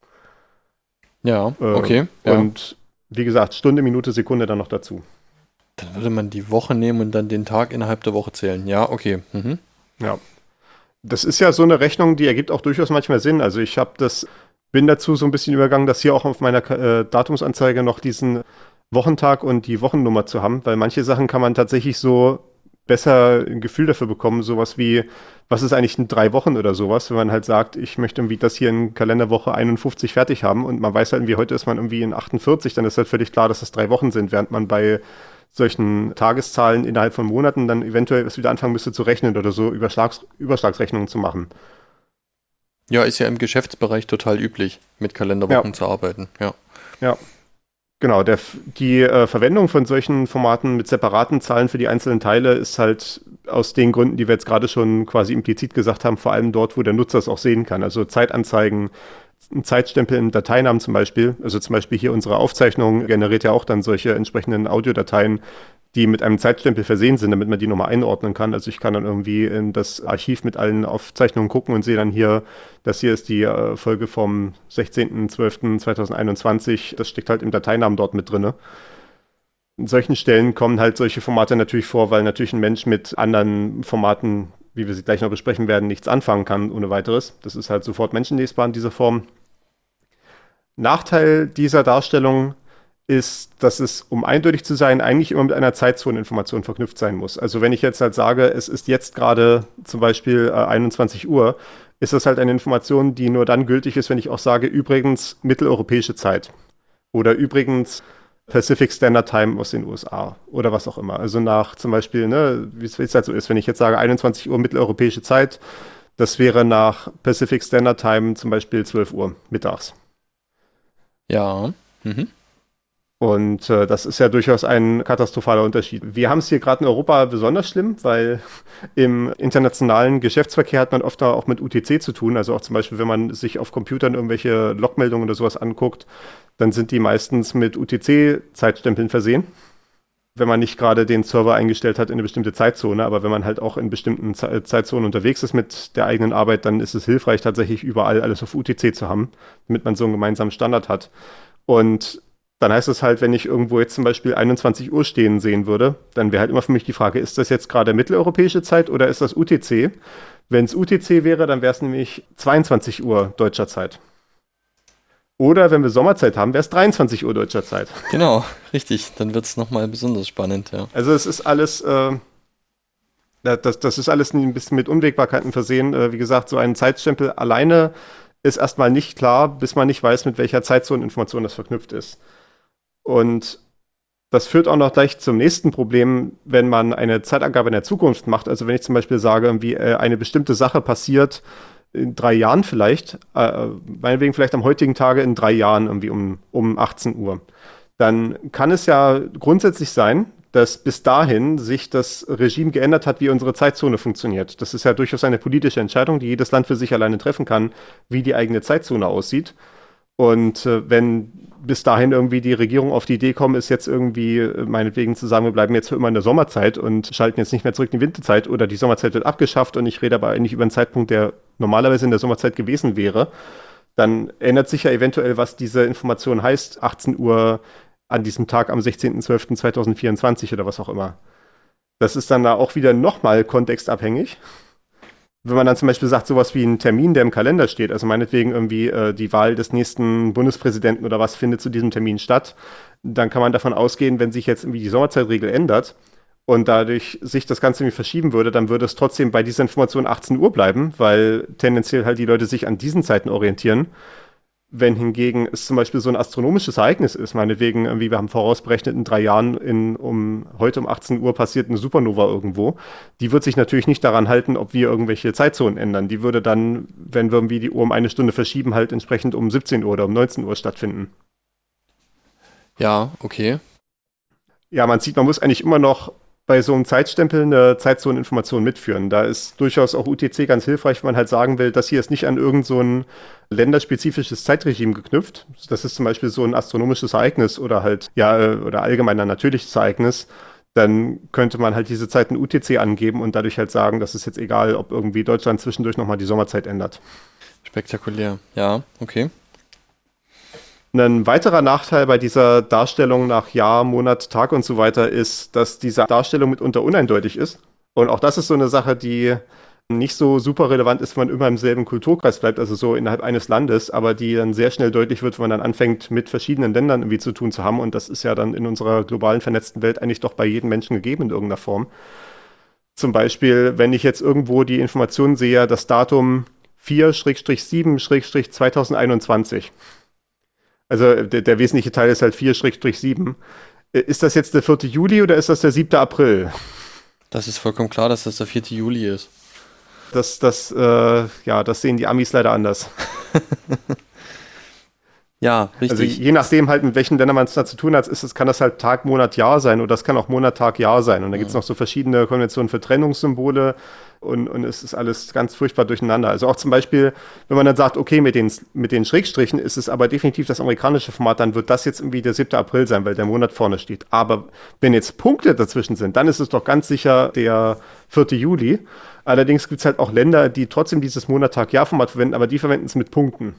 Ja, Äh, okay. Ja. Und wie gesagt, Stunde, Minute, Sekunde dann noch dazu. Dann würde man die Woche nehmen und dann den Tag innerhalb der Woche zählen. Ja, okay. Mhm. Ja. Das ist ja so eine Rechnung, die ergibt auch durchaus manchmal Sinn. Also ich habe das, bin dazu so ein bisschen übergegangen, dass hier auch auf meiner äh, Datumsanzeige noch diesen Wochentag und die Wochennummer zu haben, weil manche Sachen kann man tatsächlich so besser ein Gefühl dafür bekommen, sowas wie, was ist eigentlich in drei Wochen oder sowas, wenn man halt sagt, ich möchte irgendwie das hier in Kalenderwoche einundfünfzig fertig haben und man weiß halt irgendwie, heute ist man irgendwie in achtundvierzig, dann ist halt völlig klar, dass das drei Wochen sind, während man bei solchen Tageszahlen innerhalb von Monaten dann eventuell erst wieder anfangen müsste zu rechnen oder so Überschlags Überschlagsrechnungen zu machen. Ja, ist ja im Geschäftsbereich total üblich, mit Kalenderwochen Ja. zu arbeiten. Ja. Ja. Genau, der, die äh, Verwendung von solchen Formaten mit separaten Zahlen für die einzelnen Teile ist halt aus den Gründen, die wir jetzt gerade schon quasi implizit gesagt haben, vor allem dort, wo der Nutzer es auch sehen kann. Also Zeitanzeigen, ein Zeitstempel im Dateinamen zum Beispiel. Also zum Beispiel hier unsere Aufzeichnung generiert ja auch dann solche entsprechenden Audiodateien, die mit einem Zeitstempel versehen sind, damit man die nochmal einordnen kann. Also ich kann dann irgendwie in das Archiv mit allen Aufzeichnungen gucken und sehe dann hier, das hier ist die äh, Folge vom sechzehnten zwölften zweitausendeinundzwanzig. Das steckt halt im Dateinamen dort mit drin. In solchen Stellen kommen halt solche Formate natürlich vor, weil natürlich ein Mensch mit anderen Formaten, wie wir sie gleich noch besprechen werden, nichts anfangen kann ohne weiteres. Das ist halt sofort menschenlesbar in dieser Form. Nachteil dieser Darstellung ist, dass es, um eindeutig zu sein, eigentlich immer mit einer Zeitzoneninformation verknüpft sein muss. Also wenn ich jetzt halt sage, es ist jetzt gerade zum Beispiel äh, einundzwanzig Uhr, ist das halt eine Information, die nur dann gültig ist, wenn ich auch sage, übrigens mitteleuropäische Zeit oder übrigens Pacific Standard Time aus den U S A oder was auch immer. Also nach zum Beispiel, ne, wie es halt so ist, wenn ich jetzt sage einundzwanzig Uhr mitteleuropäische Zeit, das wäre nach Pacific Standard Time zum Beispiel zwölf Uhr mittags. Ja. Mhm. Und äh, das ist ja durchaus ein katastrophaler Unterschied. Wir haben es hier gerade in Europa besonders schlimm, weil im internationalen Geschäftsverkehr hat man oft auch mit U T C zu tun. Also auch zum Beispiel, wenn man sich auf Computern irgendwelche Logmeldungen oder sowas anguckt, dann sind die meistens mit U T C-Zeitstempeln versehen. Wenn man nicht gerade den Server eingestellt hat in eine bestimmte Zeitzone, aber wenn man halt auch in bestimmten Ze- Zeitzonen unterwegs ist mit der eigenen Arbeit, dann ist es hilfreich, tatsächlich überall alles auf U T C zu haben, damit man so einen gemeinsamen Standard hat. Und dann heißt es halt, wenn ich irgendwo jetzt zum Beispiel einundzwanzig Uhr stehen sehen würde, dann wäre halt immer für mich die Frage, ist das jetzt gerade mitteleuropäische Zeit oder ist das U T C? Wenn es U T C wäre, dann wäre es nämlich zweiundzwanzig Uhr deutscher Zeit. Oder wenn wir Sommerzeit haben, wäre es dreiundzwanzig Uhr deutscher Zeit. Genau, richtig. Dann wird es nochmal besonders spannend, ja. Also es ist alles, äh, das, das ist alles ein bisschen mit Unwägbarkeiten versehen. Äh, wie gesagt, so ein Zeitstempel alleine ist erstmal nicht klar, bis man nicht weiß, mit welcher Zeitzoneninformation das verknüpft ist. Und das führt auch noch gleich zum nächsten Problem, wenn man eine Zeitangabe in der Zukunft macht. Also wenn ich zum Beispiel sage, wie äh, eine bestimmte Sache passiert in drei Jahren vielleicht, äh, meinetwegen vielleicht am heutigen Tage in drei Jahren irgendwie um, um achtzehn Uhr, dann kann es ja grundsätzlich sein, dass bis dahin sich das Regime geändert hat, wie unsere Zeitzone funktioniert. Das ist ja durchaus eine politische Entscheidung, die jedes Land für sich alleine treffen kann, wie die eigene Zeitzone aussieht. Und äh, wenn bis dahin irgendwie die Regierung auf die Idee kommt, ist jetzt irgendwie äh, meinetwegen zu sagen, wir bleiben jetzt für immer in der Sommerzeit und schalten jetzt nicht mehr zurück in die Winterzeit oder die Sommerzeit wird abgeschafft und ich rede aber eigentlich über einen Zeitpunkt, der normalerweise in der Sommerzeit gewesen wäre, dann ändert sich ja eventuell, was diese Information heißt, achtzehn Uhr an diesem Tag am sechzehnten zwölften zweitausendvierundzwanzig oder was auch immer. Das ist dann da auch wieder nochmal kontextabhängig. Wenn man dann zum Beispiel sagt, sowas wie ein Termin, der im Kalender steht, also meinetwegen irgendwie äh, die Wahl des nächsten Bundespräsidenten oder was findet zu diesem Termin statt, dann kann man davon ausgehen, wenn sich jetzt irgendwie die Sommerzeitregel ändert und dadurch sich das Ganze irgendwie verschieben würde, dann würde es trotzdem bei dieser Information achtzehn Uhr bleiben, weil tendenziell halt die Leute sich an diesen Zeiten orientieren. Wenn hingegen es zum Beispiel so ein astronomisches Ereignis ist, meinetwegen, irgendwie, wir haben vorausberechnet, in drei Jahren in, um, heute um achtzehn Uhr passiert eine Supernova irgendwo, die wird sich natürlich nicht daran halten, ob wir irgendwelche Zeitzonen ändern. Die würde dann, wenn wir irgendwie die Uhr um eine Stunde verschieben, halt entsprechend um siebzehn Uhr oder um neunzehn Uhr stattfinden. Ja, okay. Ja, man sieht, man muss eigentlich immer noch bei so einem Zeitstempel eine Zeitzoneninformation mitführen. Da ist durchaus auch U T C ganz hilfreich, wenn man halt sagen will, das hier ist nicht an irgend so ein länderspezifisches Zeitregime geknüpft. Das ist zum Beispiel so ein astronomisches Ereignis oder halt, ja, oder allgemein ein natürliches Ereignis. Dann könnte man halt diese Zeit in U T C angeben und dadurch halt sagen, das ist jetzt egal, ob irgendwie Deutschland zwischendurch nochmal die Sommerzeit ändert. Spektakulär. Ja, okay. Ein weiterer Nachteil bei dieser Darstellung nach Jahr, Monat, Tag und so weiter ist, dass diese Darstellung mitunter uneindeutig ist. Und auch das ist so eine Sache, die nicht so super relevant ist, wenn man immer im selben Kulturkreis bleibt, also so innerhalb eines Landes, aber die dann sehr schnell deutlich wird, wenn man dann anfängt, mit verschiedenen Ländern irgendwie zu tun zu haben. Und das ist ja dann in unserer globalen, vernetzten Welt eigentlich doch bei jedem Menschen gegeben in irgendeiner Form. Zum Beispiel, wenn ich jetzt irgendwo die Information sehe, das Datum vier sieben zweitausendeinundzwanzig. Also der, der wesentliche Teil ist halt vier sieben. Ist das jetzt der vierte Juli oder ist das der siebte April? Das ist vollkommen klar, dass das der vierte Juli ist. Das, das, äh, ja, das sehen die Amis leider anders. Ja, richtig. Also je nachdem halt, mit welchen Ländern man es da zu tun hat, ist es, kann das halt Tag, Monat, Jahr sein oder das kann auch Monat, Tag, Jahr sein. Und da gibt es noch so verschiedene Konventionen für Trennungssymbole und, und es ist alles ganz furchtbar durcheinander. Also auch zum Beispiel, wenn man dann sagt, okay, mit den, mit den Schrägstrichen ist es aber definitiv das amerikanische Format, dann wird das jetzt irgendwie der siebte April sein, weil der Monat vorne steht. Aber wenn jetzt Punkte dazwischen sind, dann ist es doch ganz sicher der vierte Juli. Allerdings gibt es halt auch Länder, die trotzdem dieses Monat, Tag, Jahr-Format verwenden, aber die verwenden es mit Punkten.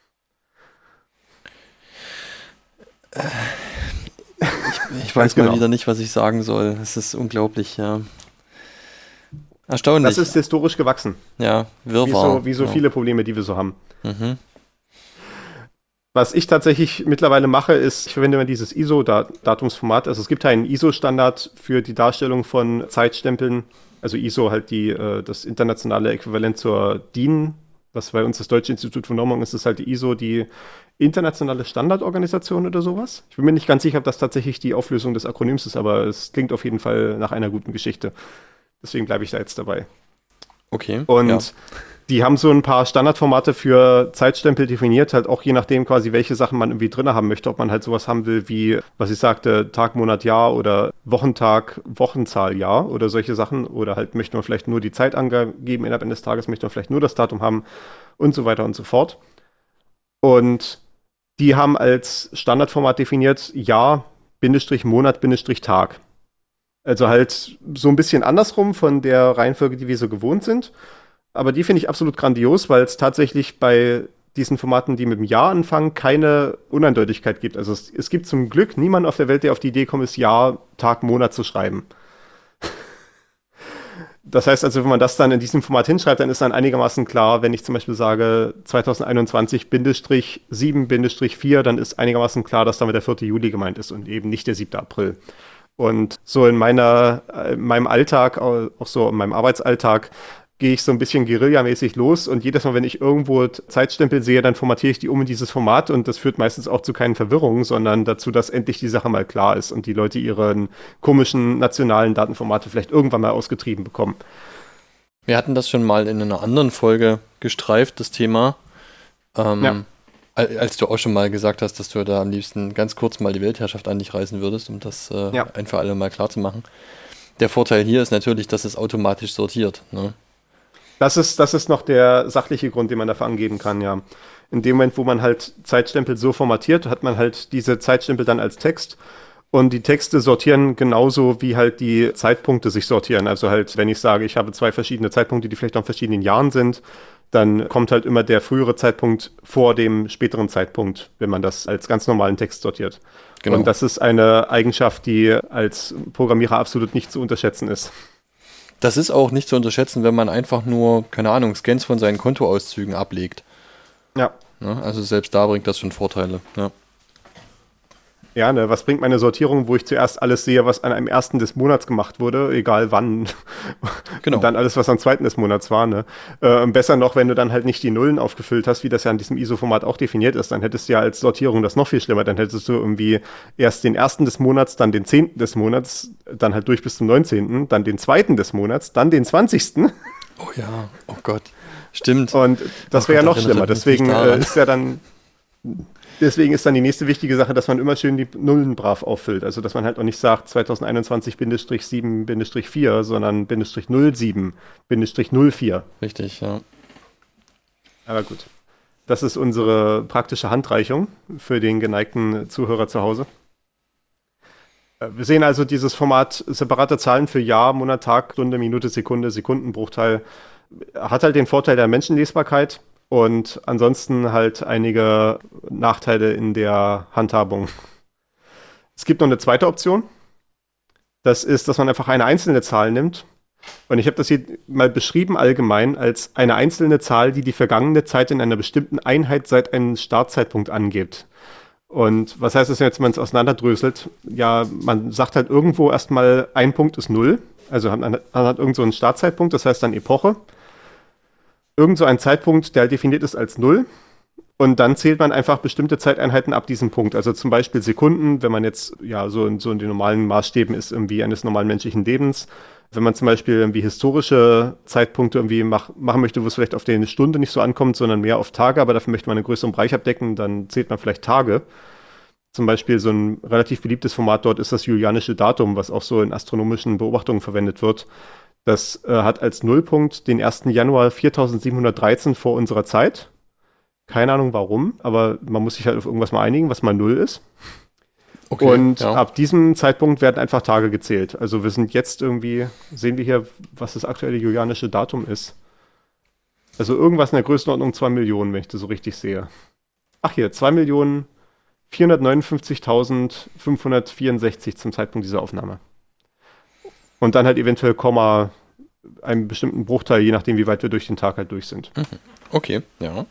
Ich, ich weiß mal genau. wieder nicht, was ich sagen soll. Es ist unglaublich, ja. Erstaunlich. Das ist historisch gewachsen. Ja, Wirrwarr. Wie so, wie so ja. viele Probleme, die wir so haben. Mhm. Was ich tatsächlich mittlerweile mache, ist, ich verwende immer dieses I S O-Datumsformat. Also es gibt einen I S O-Standard für die Darstellung von Zeitstempeln. Also I S O halt die, äh, das internationale Äquivalent zur D I N. Was bei uns das Deutsche Institut für Normung ist, ist halt die I S O, die internationale Standardorganisation oder sowas. Ich bin mir nicht ganz sicher, ob das tatsächlich die Auflösung des Akronyms ist, aber es klingt auf jeden Fall nach einer guten Geschichte. Deswegen bleibe ich da jetzt dabei. Okay. Und ja. die haben so ein paar Standardformate für Zeitstempel definiert, halt auch je nachdem quasi, welche Sachen man irgendwie drin haben möchte, ob man halt sowas haben will wie, was ich sagte, Tag, Monat, Jahr oder Wochentag, Wochenzahl, Jahr oder solche Sachen. Oder halt möchte man vielleicht nur die Zeit angeben innerhalb eines Tages, möchte man vielleicht nur das Datum haben und so weiter und so fort. Und die haben als Standardformat definiert Jahr, Bindestrich, Monat, Bindestrich, Tag. Also halt so ein bisschen andersrum von der Reihenfolge, die wir so gewohnt sind. Aber die finde ich absolut grandios, weil es tatsächlich bei diesen Formaten, die mit dem Jahr anfangen, keine Uneindeutigkeit gibt. Also es, es gibt zum Glück niemanden auf der Welt, der auf die Idee kommt, ist Jahr, Tag, Monat zu schreiben. Das heißt also, wenn man das dann in diesem Format hinschreibt, dann ist dann einigermaßen klar, wenn ich zum Beispiel sage zweitausendeinundzwanzig sieben vier, dann ist einigermaßen klar, dass damit der vierte Juli gemeint ist und eben nicht der siebte April. Und so in meiner, in meinem Alltag, auch so in meinem Arbeitsalltag, gehe ich so ein bisschen guerillamäßig los und jedes Mal, wenn ich irgendwo Zeitstempel sehe, dann formatiere ich die um in dieses Format und das führt meistens auch zu keinen Verwirrungen, sondern dazu, dass endlich die Sache mal klar ist und die Leute ihren komischen nationalen Datenformate vielleicht irgendwann mal ausgetrieben bekommen. Wir hatten das schon mal in einer anderen Folge gestreift, das Thema. Ähm, ja. Als du auch schon mal gesagt hast, dass du da am liebsten ganz kurz mal die Weltherrschaft an dich reißen würdest, um das äh, ja. ein für alle mal klar zu machen. Der Vorteil hier ist natürlich, dass es automatisch sortiert, ne? Das ist, das ist noch der sachliche Grund, den man dafür angeben kann, ja. In dem Moment, wo man halt Zeitstempel so formatiert, hat man halt diese Zeitstempel dann als Text und die Texte sortieren genauso, wie halt die Zeitpunkte sich sortieren. Also halt, wenn ich sage, ich habe zwei verschiedene Zeitpunkte, die vielleicht auch in verschiedenen Jahren sind, dann kommt halt immer der frühere Zeitpunkt vor dem späteren Zeitpunkt, wenn man das als ganz normalen Text sortiert. Genau. Und das ist eine Eigenschaft, die als Programmierer absolut nicht zu unterschätzen ist. Das ist auch nicht zu unterschätzen, wenn man einfach nur, keine Ahnung, Scans von seinen Kontoauszügen ablegt. Ja. Ja, also selbst da bringt das schon Vorteile. Ja. Ja, ne, was bringt meine Sortierung, wo ich zuerst alles sehe, was an einem ersten des Monats gemacht wurde, egal wann. Genau. Und dann alles, was am zweiten des Monats war, ne. Äh, besser noch, wenn du dann halt nicht die Nullen aufgefüllt hast, wie das ja in diesem I S O-Format auch definiert ist, dann hättest du ja als Sortierung das noch viel schlimmer. Dann hättest du irgendwie erst den ersten des Monats, dann den zehnten des Monats, dann halt durch bis zum neunzehnten, dann den zweiten des Monats, dann den zwanzigsten. Oh ja, oh Gott. Stimmt. Und das wäre ja noch schlimmer. Deswegen äh, ist ja dann... Deswegen ist dann die nächste wichtige Sache, dass man immer schön die Nullen brav auffüllt. Also, dass man halt auch nicht sagt zweitausendeinundzwanzig sieben vier, sondern null sieben null vier. Richtig, ja. Aber gut. Das ist unsere praktische Handreichung für den geneigten Zuhörer zu Hause. Wir sehen also dieses Format separate Zahlen für Jahr, Monat, Tag, Stunde, Minute, Sekunde, Sekundenbruchteil. Hat halt den Vorteil der Menschenlesbarkeit. und ansonsten halt einige Nachteile in der Handhabung. Es gibt noch eine zweite Option. Das ist, dass man einfach eine einzelne Zahl nimmt. Und ich habe das hier mal beschrieben allgemein als eine einzelne Zahl, die die vergangene Zeit in einer bestimmten Einheit seit einem Startzeitpunkt angibt. Und was heißt das jetzt, wenn man es auseinanderdröselt? Ja, man sagt halt irgendwo erstmal, ein Punkt ist null. Also man hat irgend so einen Startzeitpunkt, das heißt dann Epoche. Irgend so ein Zeitpunkt, der halt definiert ist als null. Und dann zählt man einfach bestimmte Zeiteinheiten ab diesem Punkt. Also zum Beispiel Sekunden, wenn man jetzt ja so in, so in den normalen Maßstäben ist irgendwie eines normalen menschlichen Lebens. Wenn man zum Beispiel irgendwie historische Zeitpunkte irgendwie mach, machen möchte, wo es vielleicht auf die Stunde nicht so ankommt, sondern mehr auf Tage, aber dafür möchte man einen größeren Bereich abdecken, dann zählt man vielleicht Tage. Zum Beispiel so ein relativ beliebtes Format dort ist das julianische Datum, was auch so in astronomischen Beobachtungen verwendet wird. Das äh, hat als Nullpunkt den ersten Januar viertausendsiebenhundertdreizehn vor unserer Zeit. Keine Ahnung warum, aber man muss sich halt auf irgendwas mal einigen, was mal Null ist. Okay, und ja. Ab diesem Zeitpunkt werden einfach Tage gezählt. Also wir sind jetzt irgendwie, sehen wir hier, was das aktuelle julianische Datum ist. Also irgendwas in der Größenordnung zwei Millionen, wenn ich das so richtig sehe. Ach hier, zwei Millionen vierhundertneunundfünfzigtausendfünfhundertvierundsechzig zum Zeitpunkt dieser Aufnahme. Und dann halt eventuell Komma, einen bestimmten Bruchteil, je nachdem, wie weit wir durch den Tag halt durch sind. Okay, ja.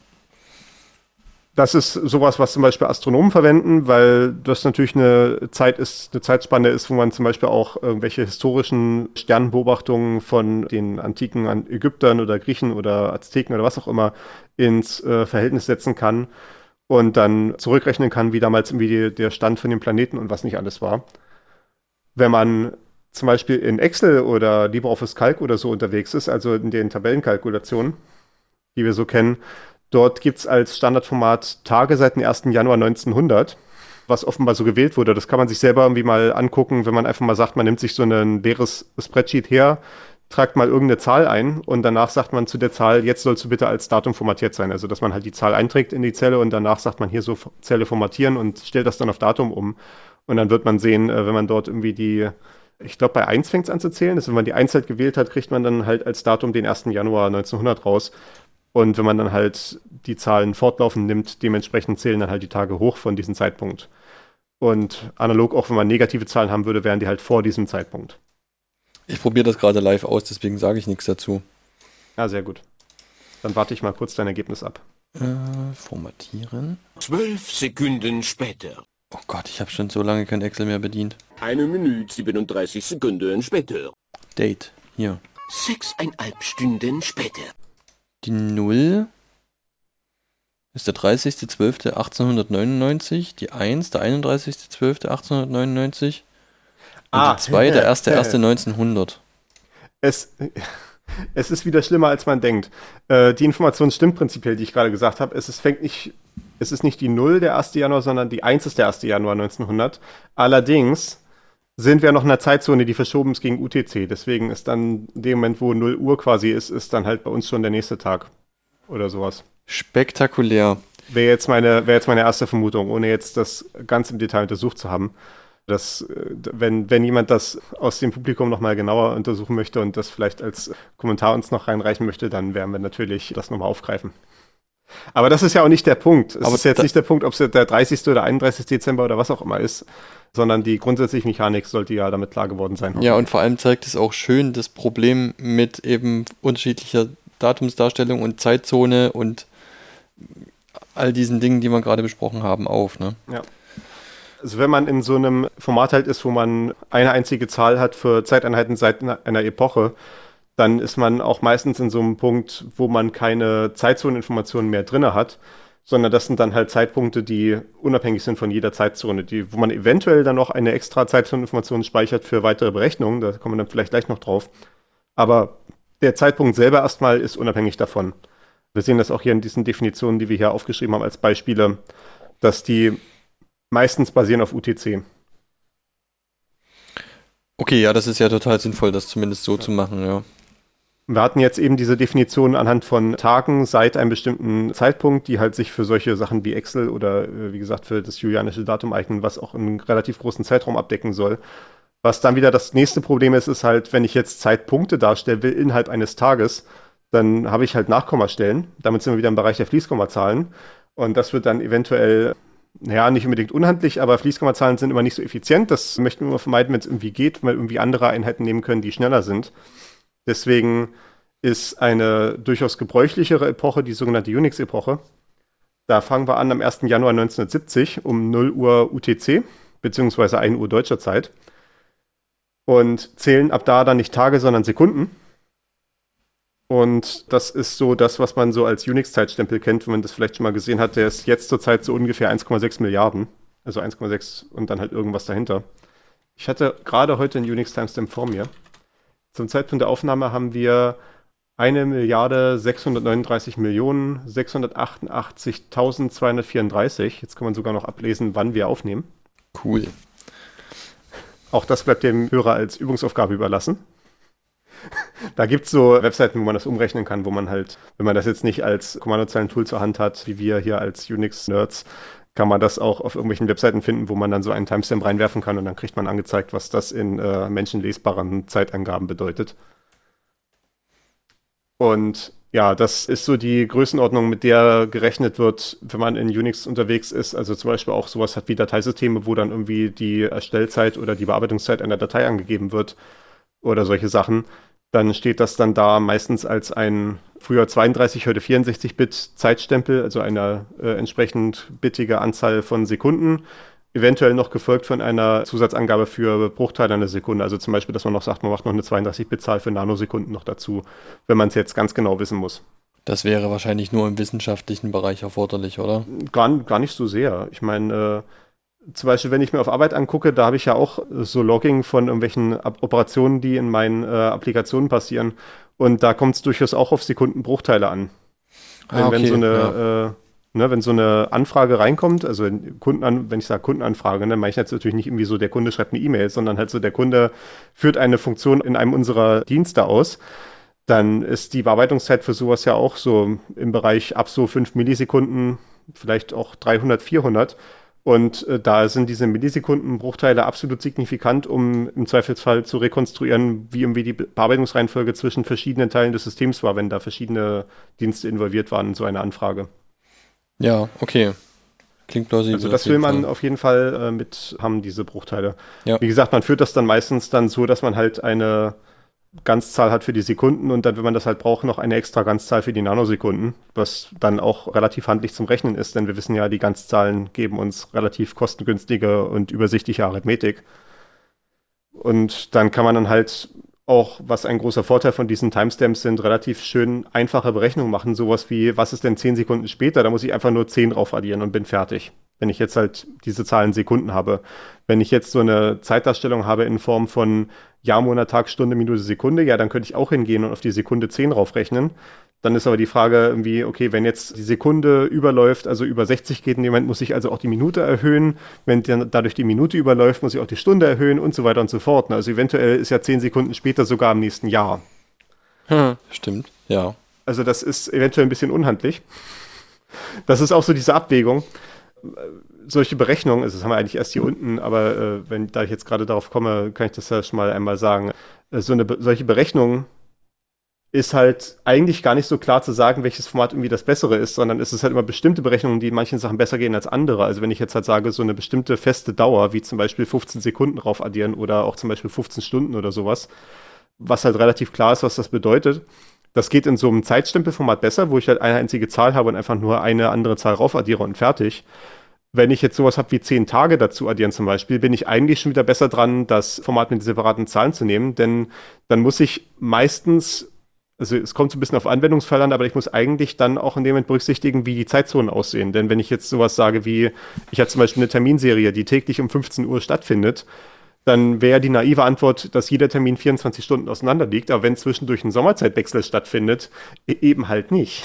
Das ist sowas, was zum Beispiel Astronomen verwenden, weil das natürlich eine Zeit ist, eine Zeitspanne ist, wo man zum Beispiel auch irgendwelche historischen Sternenbeobachtungen von den antiken Ägyptern oder Griechen oder Azteken oder was auch immer ins äh, Verhältnis setzen kann und dann zurückrechnen kann, wie damals irgendwie die, der Stand von den Planeten und was nicht alles war. Wenn man zum Beispiel in Excel oder LibreOffice Calc oder so unterwegs ist, also in den Tabellenkalkulationen, die wir so kennen, dort gibt es als Standardformat Tage seit dem ersten Januar neunzehnhundert, was offenbar so gewählt wurde. Das kann man sich selber irgendwie mal angucken, wenn man einfach mal sagt, man nimmt sich so ein leeres Spreadsheet her, tragt mal irgendeine Zahl ein und danach sagt man zu der Zahl, jetzt sollst du bitte als Datum formatiert sein. Also dass man halt die Zahl einträgt in die Zelle und danach sagt man hier so Zelle formatieren und stellt das dann auf Datum um. Und dann wird man sehen, wenn man dort irgendwie die, ich glaube bei eins fängt es an zu zählen, dass wenn man die eins halt gewählt hat, kriegt man dann halt als Datum den ersten Januar neunzehnhundert raus. Und wenn man dann halt die Zahlen fortlaufend nimmt, dementsprechend zählen dann halt die Tage hoch von diesem Zeitpunkt. Und analog, auch wenn man negative Zahlen haben würde, wären die halt vor diesem Zeitpunkt. Ich probiere das gerade live aus, deswegen sage ich nichts dazu. Ja, sehr gut. Dann warte ich mal kurz dein Ergebnis ab. Äh, formatieren. Zwölf Sekunden später. Oh Gott, ich habe schon so lange kein Excel mehr bedient. Eine Minute siebenunddreißig Sekunden später. Date, hier. Sechseinhalb Stunden später. Die null ist der dreißigster zwölfter achtzehnhundertneunundneunzig, die eins der einunddreißigster zwölfter achtzehnhundertneunundneunzig und ah, die zwei der erster erster neunzehnhundert. Es, es ist wieder schlimmer, als man denkt. Äh, die Information stimmt prinzipiell, die ich gerade gesagt habe. Es ist, fängt nicht, es ist nicht die null der erste Januar, sondern die eins ist der erste Januar neunzehnhundert. Allerdings sind wir noch in einer Zeitzone, die verschoben ist gegen U T C. Deswegen ist dann in dem Moment, wo null Uhr quasi ist, ist dann halt bei uns schon der nächste Tag oder sowas. Spektakulär. Wäre jetzt meine, wäre jetzt meine erste Vermutung, ohne jetzt das ganz im Detail untersucht zu haben. Dass, wenn, wenn jemand das aus dem Publikum nochmal genauer untersuchen möchte und das vielleicht als Kommentar uns noch reinreichen möchte, dann werden wir natürlich das nochmal aufgreifen. Aber das ist ja auch nicht der Punkt. Es Aber ist jetzt nicht der Punkt, ob es der dreißigste oder einunddreißigste Dezember oder was auch immer ist, sondern die grundsätzliche Mechanik sollte ja damit klar geworden sein. Ja, und vor allem zeigt es auch schön das Problem mit eben unterschiedlicher Datumsdarstellung und Zeitzone und all diesen Dingen, die wir gerade besprochen haben, auf. Ne? Ja. Also wenn man in so einem Format halt ist, wo man eine einzige Zahl hat für Zeiteinheiten seit einer Epoche, dann ist man auch meistens in so einem Punkt, wo man keine Zeitzoneninformationen mehr drin hat, sondern das sind dann halt Zeitpunkte, die unabhängig sind von jeder Zeitzone, die, wo man eventuell dann noch eine extra Zeitzoneninformation speichert für weitere Berechnungen, da kommen wir dann vielleicht gleich noch drauf. Aber der Zeitpunkt selber erstmal ist unabhängig davon. Wir sehen das auch hier in diesen Definitionen, die wir hier aufgeschrieben haben als Beispiele, dass die meistens basieren auf U T C. Okay, ja, das ist ja total sinnvoll, das zumindest so ja. zu machen, ja. Wir hatten jetzt eben diese Definition anhand von Tagen seit einem bestimmten Zeitpunkt, die halt sich für solche Sachen wie Excel oder wie gesagt für das julianische Datum eignen, was auch einen relativ großen Zeitraum abdecken soll. Was dann wieder das nächste Problem ist, ist halt, wenn ich jetzt Zeitpunkte darstellen will innerhalb eines Tages, dann habe ich halt Nachkommastellen. Damit sind wir wieder im Bereich der Fließkommazahlen. Und das wird dann eventuell, naja, nicht unbedingt unhandlich, aber Fließkommazahlen sind immer nicht so effizient. Das möchten wir immer vermeiden, wenn es irgendwie geht, weil irgendwie andere Einheiten nehmen können, die schneller sind. Deswegen ist eine durchaus gebräuchlichere Epoche die sogenannte Unix-Epoche. Da fangen wir an am ersten Januar neunzehnhundertsiebzig um null Uhr U T C, beziehungsweise ein Uhr deutscher Zeit. Und zählen ab da dann nicht Tage, sondern Sekunden. Und das ist so das, was man so als Unix-Zeitstempel kennt, wenn man das vielleicht schon mal gesehen hat. Der ist jetzt zurzeit so ungefähr eins Komma sechs Milliarden. Also eins Komma sechs und dann halt irgendwas dahinter. Ich hatte gerade heute einen Unix-Timestamp vor mir. Zum Zeitpunkt der Aufnahme haben wir eine Milliarde sechshundertneununddreißig Millionen sechshundertachtundachtzigtausendzweihundertvierunddreißig. Jetzt kann man sogar noch ablesen, wann wir aufnehmen. Cool. Auch das bleibt dem Hörer als Übungsaufgabe überlassen. Da gibt es so Webseiten, wo man das umrechnen kann, wo man halt, wenn man das jetzt nicht als Kommandozeilen-Tool zur Hand hat, wie wir hier als Unix-Nerds, kann man das auch auf irgendwelchen Webseiten finden, wo man dann so einen Timestamp reinwerfen kann und dann kriegt man angezeigt, was das in äh, menschenlesbaren Zeitangaben bedeutet. Und ja, das ist so die Größenordnung, mit der gerechnet wird, wenn man in Unix unterwegs ist. Also zum Beispiel auch sowas hat wie Dateisysteme, wo dann irgendwie die Erstellzeit oder die Bearbeitungszeit einer Datei angegeben wird oder solche Sachen. Dann steht das dann da meistens als ein früher zweiunddreißig, heute vierundsechzig Bit Zeitstempel, also eine äh, entsprechend bittige Anzahl von Sekunden, eventuell noch gefolgt von einer Zusatzangabe für Bruchteile einer Sekunde. Also zum Beispiel, dass man noch sagt, man macht noch eine zweiunddreißig Bit Zahl für Nanosekunden noch dazu, wenn man es jetzt ganz genau wissen muss. Das wäre wahrscheinlich nur im wissenschaftlichen Bereich erforderlich, oder? Gar, gar nicht so sehr. Ich meine, äh, zum Beispiel, wenn ich mir auf Arbeit angucke, da habe ich ja auch so Logging von irgendwelchen Operationen, die in meinen äh, Applikationen passieren. Und da kommt es durchaus auch auf Sekundenbruchteile an. Wenn, ah, okay, wenn so eine, ja. äh, ne, wenn so eine Anfrage reinkommt, also Kundenan, wenn ich sage Kundenanfrage, dann meine ich jetzt natürlich nicht irgendwie so, der Kunde schreibt eine E-Mail, sondern halt so, der Kunde führt eine Funktion in einem unserer Dienste aus. Dann ist die Bearbeitungszeit für sowas ja auch so im Bereich ab so fünf Millisekunden, vielleicht auch dreihundert, vierhundert. Und äh, da sind diese Millisekundenbruchteile absolut signifikant, um im Zweifelsfall zu rekonstruieren, wie irgendwie die Bearbeitungsreihenfolge zwischen verschiedenen Teilen des Systems war, wenn da verschiedene Dienste involviert waren in so eine Anfrage. Ja, okay. Klingt plausibel. Also das will man Fall. auf jeden Fall äh, mit haben, diese Bruchteile. Ja. Wie gesagt, man führt das dann meistens dann so, dass man halt eine Ganzzahl hat für die Sekunden und dann, wenn man das halt braucht, noch eine extra Ganzzahl für die Nanosekunden, was dann auch relativ handlich zum Rechnen ist, denn wir wissen ja, die Ganzzahlen geben uns relativ kostengünstige und übersichtliche Arithmetik. Und dann kann man dann halt auch, was ein großer Vorteil von diesen Timestamps sind, relativ schön einfache Berechnungen machen, sowas wie, was ist denn zehn Sekunden später? Da muss ich einfach nur zehn drauf addieren und bin fertig. Wenn ich jetzt halt diese Zahlen Sekunden habe. Wenn ich jetzt so eine Zeitdarstellung habe in Form von Jahr, Monat, Tag, Stunde, Minute, Sekunde, ja, dann könnte ich auch hingehen und auf die Sekunde zehn raufrechnen. Dann ist aber die Frage irgendwie, okay, wenn jetzt die Sekunde überläuft, also über sechzig geht in dem Moment, muss ich also auch die Minute erhöhen. Wenn dann dadurch die Minute überläuft, muss ich auch die Stunde erhöhen und so weiter und so fort. Also eventuell ist ja zehn Sekunden später sogar im nächsten Jahr. Hm, stimmt, ja. Also das ist eventuell ein bisschen unhandlich. Das ist auch so diese Abwägung. Solche Berechnungen, also das haben wir eigentlich erst hier unten, aber äh, wenn da ich jetzt gerade darauf komme, kann ich das ja schon mal einmal sagen. Äh, so eine solche Berechnung ist halt eigentlich gar nicht so klar zu sagen, welches Format irgendwie das bessere ist, sondern es ist halt immer bestimmte Berechnungen, die in manchen Sachen besser gehen als andere. Also wenn ich jetzt halt sage, so eine bestimmte feste Dauer, wie zum Beispiel fünfzehn Sekunden drauf addieren oder auch zum Beispiel fünfzehn Stunden oder sowas, was halt relativ klar ist, was das bedeutet. Das geht in so einem Zeitstempelformat besser, wo ich halt eine einzige Zahl habe und einfach nur eine andere Zahl rauf addiere und fertig. Wenn ich jetzt sowas habe wie zehn Tage dazu addieren zum Beispiel, bin ich eigentlich schon wieder besser dran, das Format mit separaten Zahlen zu nehmen, denn dann muss ich meistens, also es kommt so ein bisschen auf Anwendungsfall an, aber ich muss eigentlich dann auch in dem Moment berücksichtigen, wie die Zeitzonen aussehen. Denn wenn ich jetzt sowas sage wie, ich habe zum Beispiel eine Terminserie, die täglich um fünfzehn Uhr stattfindet, dann wäre die naive Antwort, dass jeder Termin vierundzwanzig Stunden auseinander liegt, aber wenn zwischendurch ein Sommerzeitwechsel stattfindet, eben halt nicht.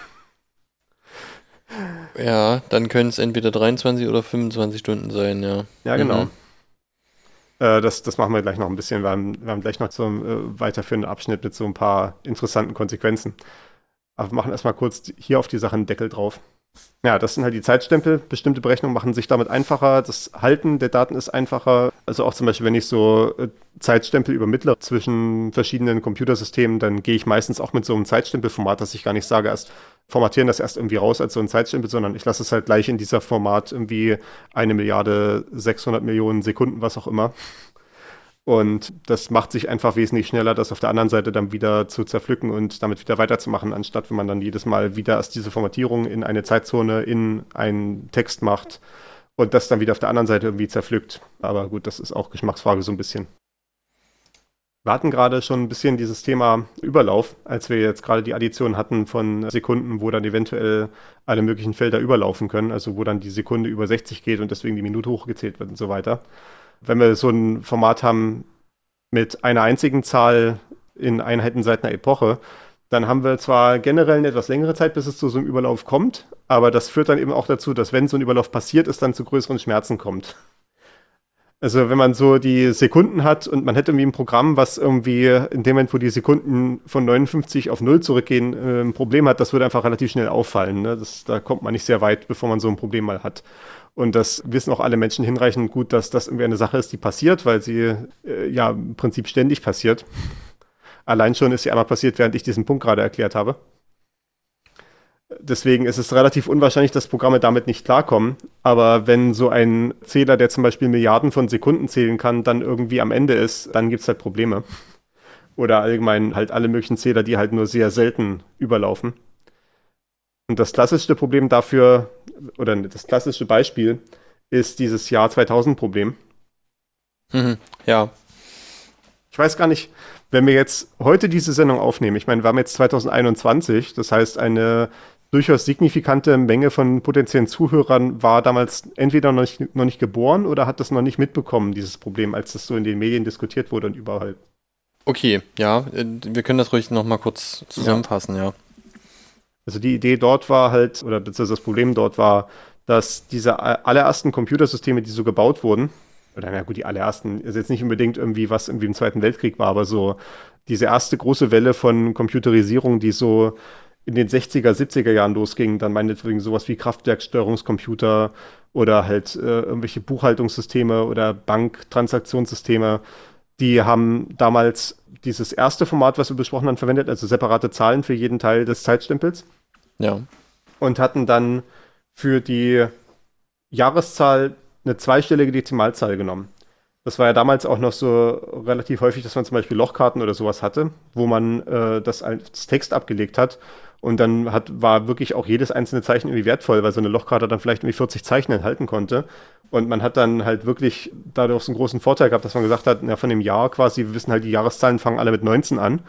Ja, dann können es entweder dreiundzwanzig oder fünfundzwanzig Stunden sein, ja. Ja, genau. Mhm. Äh, das, das machen wir gleich noch ein bisschen. Wir haben, wir haben gleich noch so einen äh, weiterführenden Abschnitt mit so ein paar interessanten Konsequenzen. Aber wir machen erstmal kurz hier auf die Sache einen Deckel drauf. Ja, das sind halt die Zeitstempel. Bestimmte Berechnungen machen sich damit einfacher. Das Halten der Daten ist einfacher. Also auch zum Beispiel, wenn ich so äh, Zeitstempel übermittle zwischen verschiedenen Computersystemen, dann gehe ich meistens auch mit so einem Zeitstempelformat, dass ich gar nicht sage, erst formatieren das erst irgendwie raus als so ein Zeitstempel, sondern ich lasse es halt gleich in dieser Format irgendwie eine Milliarde, sechshundert Millionen Sekunden, was auch immer. Und das macht sich einfach wesentlich schneller, das auf der anderen Seite dann wieder zu zerpflücken und damit wieder weiterzumachen, anstatt wenn man dann jedes Mal wieder erst diese Formatierung in eine Zeitzone, in einen Text macht und das dann wieder auf der anderen Seite irgendwie zerpflückt. Aber gut, das ist auch Geschmacksfrage so ein bisschen. Wir hatten gerade schon ein bisschen dieses Thema Überlauf, als wir jetzt gerade die Addition hatten von Sekunden, wo dann eventuell alle möglichen Felder überlaufen können, also wo dann die Sekunde über sechzig geht und deswegen die Minute hochgezählt wird und so weiter. Wenn wir so ein Format haben mit einer einzigen Zahl in Einheiten seit einer Epoche, dann haben wir zwar generell eine etwas längere Zeit, bis es zu so einem Überlauf kommt, aber das führt dann eben auch dazu, dass wenn so ein Überlauf passiert, es dann zu größeren Schmerzen kommt. Also wenn man so die Sekunden hat und man hätte irgendwie ein Programm, was irgendwie in dem Moment, wo die Sekunden von neunundfünfzig auf null zurückgehen, äh, ein Problem hat, das würde einfach relativ schnell auffallen. Ne? Das, da kommt man nicht sehr weit, bevor man so ein Problem mal hat. Und das wissen auch alle Menschen hinreichend gut, dass das irgendwie eine Sache ist, die passiert, weil sie äh, ja im Prinzip ständig passiert. Allein schon ist sie einmal passiert, während ich diesen Punkt gerade erklärt habe. Deswegen ist es relativ unwahrscheinlich, dass Programme damit nicht klarkommen. Aber wenn so ein Zähler, der zum Beispiel Milliarden von Sekunden zählen kann, dann irgendwie am Ende ist, dann gibt es halt Probleme. Oder allgemein halt alle möglichen Zähler, die halt nur sehr selten überlaufen. Und das klassischste Problem dafür, oder das klassische Beispiel, ist dieses Jahr zweitausend-Problem. Mhm, ja. Ich weiß gar nicht, wenn wir jetzt heute diese Sendung aufnehmen, ich meine, wir haben jetzt zweitausendeinundzwanzig, das heißt, eine durchaus signifikante Menge von potenziellen Zuhörern war damals entweder noch nicht, noch nicht geboren oder hat das noch nicht mitbekommen, dieses Problem, als das so in den Medien diskutiert wurde und überall. Okay, ja, wir können das ruhig nochmal kurz zusammenfassen, ja. ja. Also die Idee dort war halt, oder beziehungsweise das Problem dort war, dass diese allerersten Computersysteme, die so gebaut wurden, oder na gut, die allerersten, ist jetzt nicht unbedingt irgendwie was irgendwie im Zweiten Weltkrieg war, aber so diese erste große Welle von Computerisierung, die so in den sechziger, siebziger Jahren losging, dann meinetwegen sowas wie Kraftwerkssteuerungscomputer oder halt äh, irgendwelche Buchhaltungssysteme oder Banktransaktionssysteme, die haben damals dieses erste Format, was wir besprochen haben, verwendet, also separate Zahlen für jeden Teil des Zeitstempels. Ja. Und hatten dann für die Jahreszahl eine zweistellige Dezimalzahl genommen. Das war ja damals auch noch so relativ häufig, dass man zum Beispiel Lochkarten oder sowas hatte, wo man äh, das als Text abgelegt hat. Und dann hat, war wirklich auch jedes einzelne Zeichen irgendwie wertvoll, weil so eine Lochkarte dann vielleicht irgendwie vierzig Zeichen enthalten konnte. Und man hat dann halt wirklich dadurch so einen großen Vorteil gehabt, dass man gesagt hat, na, von dem Jahr quasi, wir wissen halt, die Jahreszahlen fangen alle mit neunzehn an.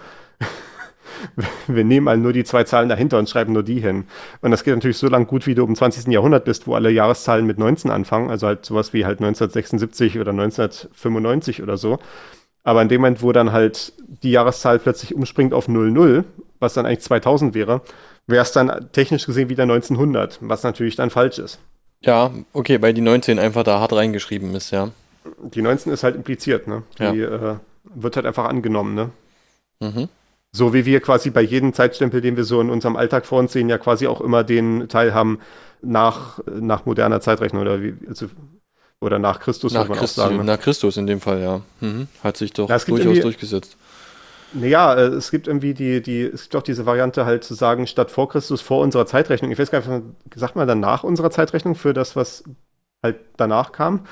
Wir nehmen halt nur die zwei Zahlen dahinter und schreiben nur die hin. Und das geht natürlich so lang gut, wie du im zwanzigsten Jahrhundert bist, wo alle Jahreszahlen mit neunzehn anfangen, also halt sowas wie halt neunzehnhundertsechsundsiebzig oder neunzehnhundertfünfundneunzig oder so. Aber in dem Moment, wo dann halt die Jahreszahl plötzlich umspringt auf null null, was dann eigentlich zweitausend wäre, wäre es dann technisch gesehen wieder neunzehnhundert, was natürlich dann falsch ist. Ja, okay, weil die neunzehn einfach da hart reingeschrieben ist, ja. Die neunzehn ist halt impliziert, ne? Die ja. äh, wird halt einfach angenommen, ne? Mhm. So wie wir quasi bei jedem Zeitstempel, den wir so in unserem Alltag vor uns sehen, ja quasi auch immer den Teil haben nach, nach moderner Zeitrechnung oder wie, also, oder nach Christus, nach muss man Christus, auch sagen. Ne? Nach Christus in dem Fall, ja. Mhm. Hat sich doch ja, durchaus durchgesetzt. Naja, es gibt irgendwie die, die, es gibt auch diese Variante halt zu sagen, statt vor Christus vor unserer Zeitrechnung. Ich weiß gar nicht, sagt man dann nach unserer Zeitrechnung für das, was halt danach kam?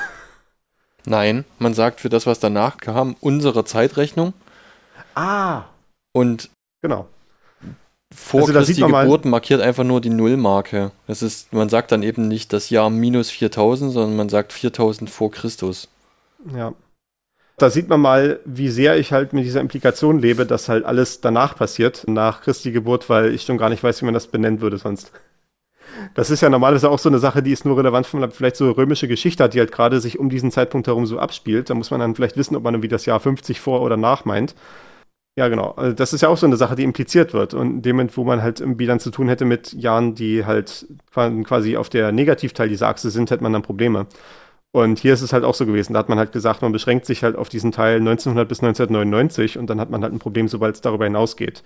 Nein, man sagt für das, was danach kam, unsere Zeitrechnung. Ah! Und genau. Vor also, Christi Geburt mal, markiert einfach nur die Nullmarke. Das ist, man sagt dann eben nicht das Jahr minus viertausend, sondern man sagt viertausend vor Christus. Ja. Da sieht man mal, wie sehr ich halt mit dieser Implikation lebe, dass halt alles danach passiert, nach Christi Geburt, weil ich schon gar nicht weiß, wie man das benennen würde sonst. Das ist ja normalerweise auch so eine Sache, die ist nur relevant, wenn man vielleicht so römische Geschichte hat, die halt gerade sich um diesen Zeitpunkt herum so abspielt. Da muss man dann vielleicht wissen, ob man irgendwie das Jahr fünfzig vor oder nach meint. Ja, genau. Also das ist ja auch so eine Sache, die impliziert wird. Und in dem Moment, wo man halt irgendwie dann zu tun hätte mit Jahren, die halt quasi auf der Negativteil dieser Achse sind, hätte man dann Probleme. Und hier ist es halt auch so gewesen. Da hat man halt gesagt, man beschränkt sich halt auf diesen Teil neunzehnhundert bis neunzehnhundertneunundneunzig und dann hat man halt ein Problem, sobald es darüber hinausgeht.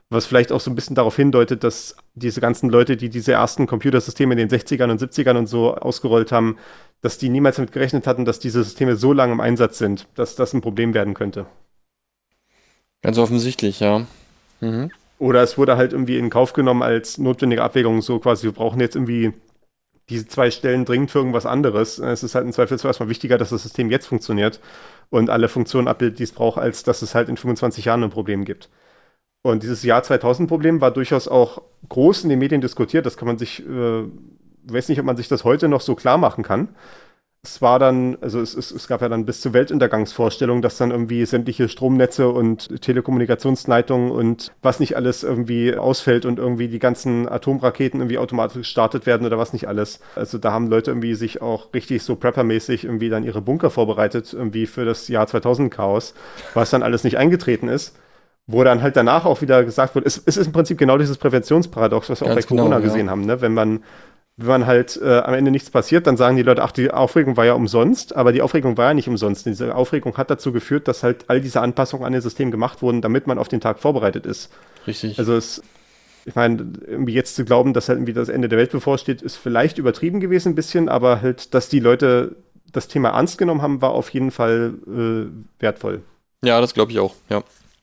Was vielleicht auch so ein bisschen darauf hindeutet, dass diese ganzen Leute, die diese ersten Computersysteme in den sechzigern und siebzigern und so ausgerollt haben, dass die niemals damit gerechnet hatten, dass diese Systeme so lange im Einsatz sind, dass das ein Problem werden könnte. Ganz offensichtlich, ja. Mhm. Oder es wurde halt irgendwie in Kauf genommen als notwendige Abwägung, so quasi, wir brauchen jetzt irgendwie diese zwei Stellen dringend für irgendwas anderes. Es ist halt im Zweifelsfall erstmal wichtiger, dass das System jetzt funktioniert und alle Funktionen abbildet, die es braucht, als dass es halt in fünfundzwanzig Jahren ein Problem gibt. Und dieses Jahr zweitausend-Problem war durchaus auch groß in den Medien diskutiert. Das kann man sich, äh, weiß nicht, ob man sich das heute noch so klar machen kann. Es war dann, also es, es, es gab ja dann bis zur Weltuntergangsvorstellung, dass dann irgendwie sämtliche Stromnetze und Telekommunikationsleitungen und was nicht alles irgendwie ausfällt und irgendwie die ganzen Atomraketen irgendwie automatisch gestartet werden oder was nicht alles. Also da haben Leute irgendwie sich auch richtig so Prepper-mäßig irgendwie dann ihre Bunker vorbereitet, irgendwie für das Jahr zweitausend-Chaos, was dann alles nicht eingetreten ist. Wo dann halt danach auch wieder gesagt wird, es, es ist im Prinzip genau dieses Präventionsparadox, was wir Ganz auch bei Corona genau, ja. gesehen haben, ne? Wenn man Wenn man halt äh, am Ende nichts passiert, dann sagen die Leute, ach, die Aufregung war ja umsonst, aber die Aufregung war ja nicht umsonst. Diese Aufregung hat dazu geführt, dass halt all diese Anpassungen an das System gemacht wurden, damit man auf den Tag vorbereitet ist. Richtig. Also es, ich meine, irgendwie jetzt zu glauben, dass halt irgendwie das Ende der Welt bevorsteht, ist vielleicht übertrieben gewesen ein bisschen, aber halt, dass die Leute das Thema ernst genommen haben, war auf jeden Fall äh, wertvoll. Ja, das glaube ich auch, ja.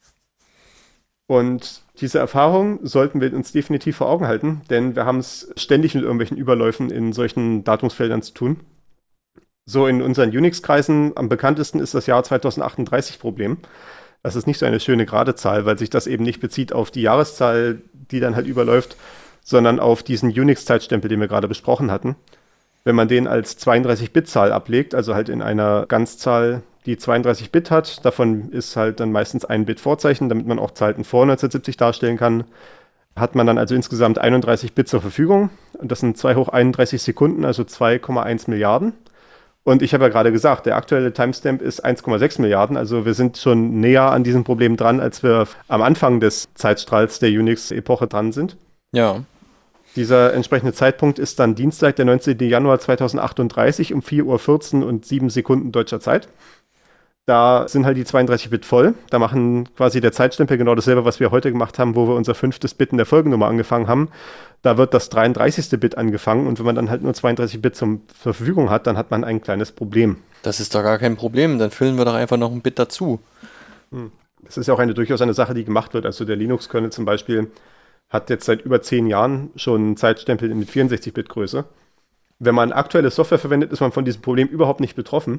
Und diese Erfahrung sollten wir uns definitiv vor Augen halten, denn wir haben es ständig mit irgendwelchen Überläufen in solchen Datumsfeldern zu tun. So in unseren Unix-Kreisen am bekanntesten ist das Jahr zweitausendachtunddreißig-Problem. Das ist nicht so eine schöne gerade Zahl, weil sich das eben nicht bezieht auf die Jahreszahl, die dann halt überläuft, sondern auf diesen Unix-Zeitstempel, den wir gerade besprochen hatten. Wenn man den als zweiunddreißig-Bit-Zahl ablegt, also halt in einer Ganzzahl, die zweiunddreißig Bit hat, davon ist halt dann meistens ein Bit Vorzeichen, damit man auch Zeiten vor neunzehnhundertsiebzig darstellen kann, hat man dann also insgesamt einunddreißig Bit zur Verfügung. Und das sind zwei hoch einunddreißig Sekunden, also zwei Komma eins Milliarden. Und ich habe ja gerade gesagt, der aktuelle Timestamp ist eins Komma sechs Milliarden, also wir sind schon näher an diesem Problem dran, als wir am Anfang des Zeitstrahls der Unix-Epoche dran sind. Ja. Dieser entsprechende Zeitpunkt ist dann Dienstag, der neunzehnten Januar zweitausendachtunddreißig um vier Uhr vierzehn und sieben Sekunden deutscher Zeit. Da sind halt die zweiunddreißig Bit voll. Da machen quasi der Zeitstempel genau dasselbe, was wir heute gemacht haben, wo wir unser fünftes Bit in der Folgennummer angefangen haben. Da wird das dreiunddreißigste Bit angefangen und wenn man dann halt nur zweiunddreißig Bit zum, zur Verfügung hat, dann hat man ein kleines Problem. Das ist doch gar kein Problem. Dann füllen wir doch einfach noch ein Bit dazu. Das ist ja auch eine durchaus eine Sache, die gemacht wird. Also der Linux-Kernel zum Beispiel hat jetzt seit über zehn Jahren schon einen Zeitstempel mit vierundsechzig Bit Größe. Wenn man aktuelle Software verwendet, ist man von diesem Problem überhaupt nicht betroffen.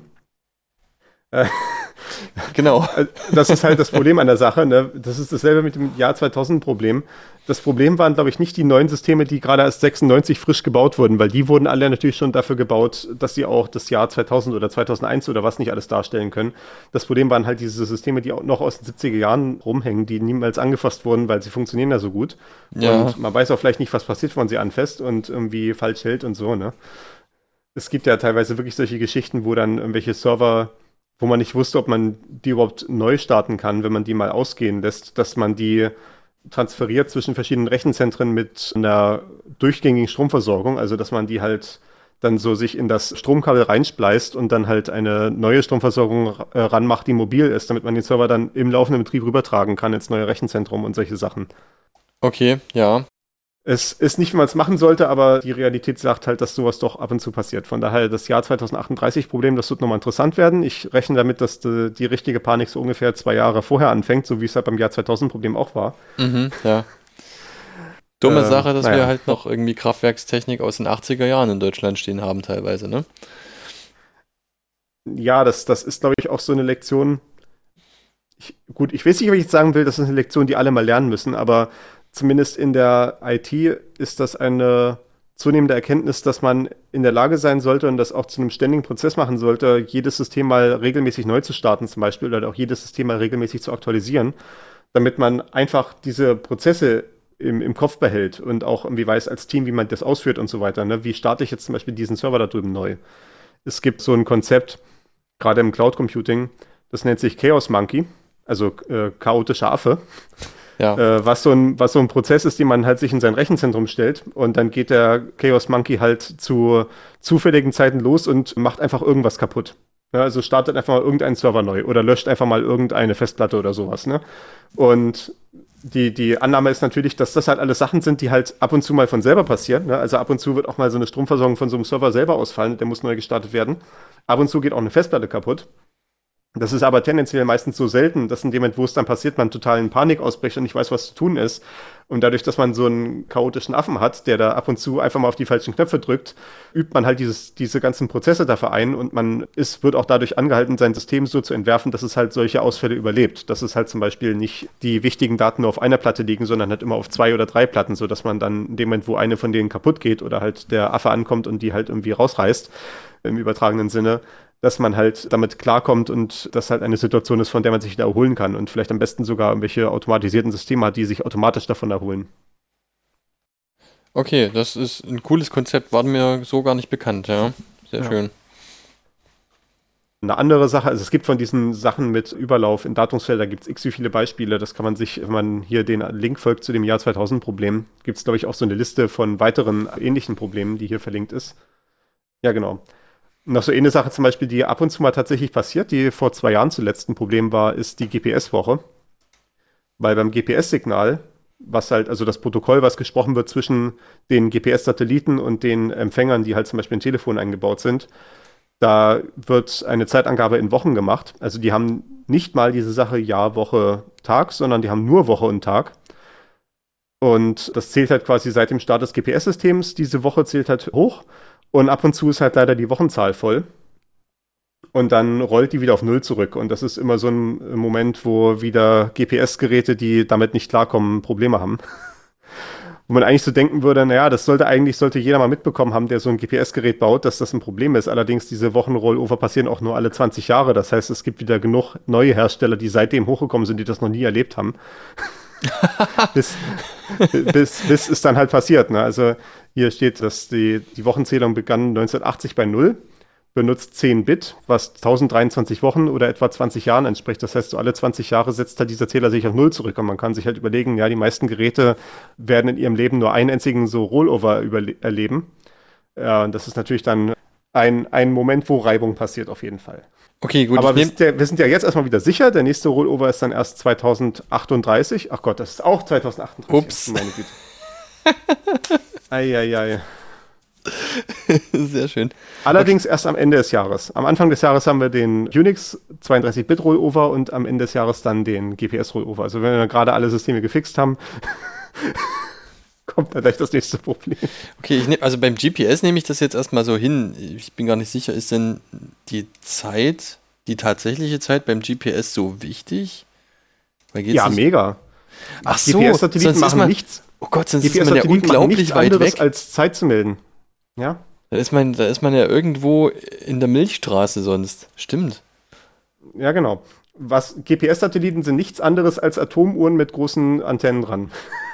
Genau. Das ist halt das Problem an der Sache. Ne? Das ist dasselbe mit dem Jahr zweitausend-Problem. Das Problem waren, glaube ich, nicht die neuen Systeme, die gerade erst sechsundneunzig frisch gebaut wurden, weil die wurden alle natürlich schon dafür gebaut, dass sie auch das Jahr zweitausend oder zweitausendeins oder was nicht alles darstellen können. Das Problem waren halt diese Systeme, die auch noch aus den siebziger Jahren rumhängen, die niemals angefasst wurden, weil sie funktionieren ja so gut. Ja. Und man weiß auch vielleicht nicht, was passiert, wenn man sie anfasst und irgendwie falsch hält und so. Ne? Es gibt ja teilweise wirklich solche Geschichten, wo dann irgendwelche Server, wo man nicht wusste, ob man die überhaupt neu starten kann, wenn man die mal ausgehen lässt, dass man die transferiert zwischen verschiedenen Rechenzentren mit einer durchgängigen Stromversorgung, also dass man die halt dann so sich in das Stromkabel reinspleißt und dann halt eine neue Stromversorgung äh, ranmacht, die mobil ist, damit man den Server dann im laufenden Betrieb rübertragen kann ins neue Rechenzentrum und solche Sachen. Okay, ja. Es ist nicht, wie man es machen sollte, aber die Realität sagt halt, dass sowas doch ab und zu passiert. Von daher das Jahr zweitausendachtunddreißig-Problem, das wird nochmal interessant werden. Ich rechne damit, dass die, die richtige Panik so ungefähr zwei Jahre vorher anfängt, so wie es halt beim Jahr zweitausend-Problem auch war. Mhm, ja. Dumme Ähm, Sache, dass naja. wir halt noch irgendwie Kraftwerkstechnik aus den achtziger Jahren in Deutschland stehen haben teilweise, ne? Ja, das, das ist, glaube ich, auch so eine Lektion. Ich, gut, ich weiß nicht, ob ich jetzt sagen will, das ist eine Lektion, die alle mal lernen müssen, aber zumindest in der I T ist das eine zunehmende Erkenntnis, dass man in der Lage sein sollte und das auch zu einem ständigen Prozess machen sollte, jedes System mal regelmäßig neu zu starten zum Beispiel oder auch jedes System mal regelmäßig zu aktualisieren, damit man einfach diese Prozesse im, im Kopf behält und auch irgendwie weiß als Team, wie man das ausführt und so weiter. Ne? Wie starte ich jetzt zum Beispiel diesen Server da drüben neu? Es gibt so ein Konzept, gerade im Cloud Computing, das nennt sich Chaos Monkey, also äh, chaotische Affe. Ja. Äh, was, so ein, was so ein Prozess ist, den man halt sich in sein Rechenzentrum stellt und dann geht der Chaos Monkey halt zu zufälligen Zeiten los und macht einfach irgendwas kaputt. Ja, also startet einfach mal irgendeinen Server neu oder löscht einfach mal irgendeine Festplatte oder sowas. Ne? Und die, die Annahme ist natürlich, dass das halt alles Sachen sind, die halt ab und zu mal von selber passieren. Ne? Also ab und zu wird auch mal so eine Stromversorgung von so einem Server selber ausfallen, der muss neu gestartet werden. Ab und zu geht auch eine Festplatte kaputt. Das ist aber tendenziell meistens so selten, dass in dem Moment, wo es dann passiert, man total in Panik ausbricht und nicht weiß, was zu tun ist. Und dadurch, dass man so einen chaotischen Affen hat, der da ab und zu einfach mal auf die falschen Knöpfe drückt, übt man halt dieses, diese ganzen Prozesse dafür ein und man ist, wird auch dadurch angehalten, sein System so zu entwerfen, dass es halt solche Ausfälle überlebt. Dass es halt zum Beispiel nicht die wichtigen Daten nur auf einer Platte liegen, sondern halt immer auf zwei oder drei Platten, sodass man dann in dem Moment, wo eine von denen kaputt geht oder halt der Affe ankommt und die halt irgendwie rausreißt, im übertragenen Sinne, dass man halt damit klarkommt und das halt eine Situation ist, von der man sich wieder erholen kann und vielleicht am besten sogar irgendwelche automatisierten Systeme hat, die sich automatisch davon erholen. Okay, das ist ein cooles Konzept, war mir so gar nicht bekannt, ja. Sehr Ja. schön. Eine andere Sache, also es gibt von diesen Sachen mit Überlauf in Datumsfelder, gibt es x wie viele Beispiele, das kann man sich, wenn man hier den Link folgt zu dem Jahr zweitausend Problem, gibt es glaube ich auch so eine Liste von weiteren ähnlichen Problemen, die hier verlinkt ist. Ja, genau. Noch so eine Sache zum Beispiel, die ab und zu mal tatsächlich passiert, die vor zwei Jahren zuletzt ein Problem war, ist die G P S-Woche. Weil beim G P S-Signal, was halt, also das Protokoll, was gesprochen wird zwischen den G P S-Satelliten und den Empfängern, die halt zum Beispiel in Telefon eingebaut sind, da wird eine Zeitangabe in Wochen gemacht. Also die haben nicht mal diese Sache Jahr, Woche, Tag, sondern die haben nur Woche und Tag. Und das zählt halt quasi seit dem Start des G P S-Systems. Diese Woche zählt halt hoch. Und ab und zu ist halt leider die Wochenzahl voll. Und dann rollt die wieder auf Null zurück. Und das ist immer so ein Moment, wo wieder G P S-Geräte, die damit nicht klarkommen, Probleme haben. Wo man eigentlich so denken würde, naja, das sollte eigentlich, sollte jeder mal mitbekommen haben, der so ein G P S-Gerät baut, dass das ein Problem ist. Allerdings, diese Wochenrollover passieren auch nur alle zwanzig Jahre. Das heißt, es gibt wieder genug neue Hersteller, die seitdem hochgekommen sind, die das noch nie erlebt haben. bis, bis, bis es dann halt passiert. Ne? Also hier steht, dass die, die Wochenzählung begann neunzehnhundertachtzig bei null, benutzt zehn Bit, was tausenddreiundzwanzig Wochen oder etwa zwanzig Jahren entspricht. Das heißt, so alle zwanzig Jahre setzt halt dieser Zähler sich auf Null zurück. Und man kann sich halt überlegen, ja, die meisten Geräte werden in ihrem Leben nur einen einzigen so Rollover überle- erleben. Ja, und das ist natürlich dann ein, ein Moment, wo Reibung passiert auf jeden Fall. Okay, gut. Aber ich wir nehm, sind, ja, wir sind ja jetzt erstmal wieder sicher. Der nächste Rollover ist dann erst zweitausendachtunddreißig. Ach Gott, das ist auch zweitausendachtunddreißig. Ups. Meine Güte. Eieiei. Sehr schön. Allerdings erst am Ende des Jahres. Am Anfang des Jahres haben wir den Unix zweiunddreißig Bit Rollover und am Ende des Jahres dann den G P S Rollover. Also wenn wir gerade alle Systeme gefixt haben, kommt dann gleich das nächste Problem. Okay, ich nehm, also beim G P S nehme ich das jetzt erstmal so hin. Ich bin gar nicht sicher, ist denn die Zeit, die tatsächliche Zeit beim G P S so wichtig? Weil geht's Ja, nicht- mega. Ach so, G P S-Satelliten sonst ist machen man, nichts. oh Gott, sonst ist man ja G P S-Satelliten machen unglaublich nichts weit anderes weg. als Zeit zu melden. Ja? Da ist, man, da ist man ja irgendwo in der Milchstraße sonst. Stimmt. Ja, genau. Was G P S-Satelliten sind nichts anderes als Atomuhren mit großen Antennen dran.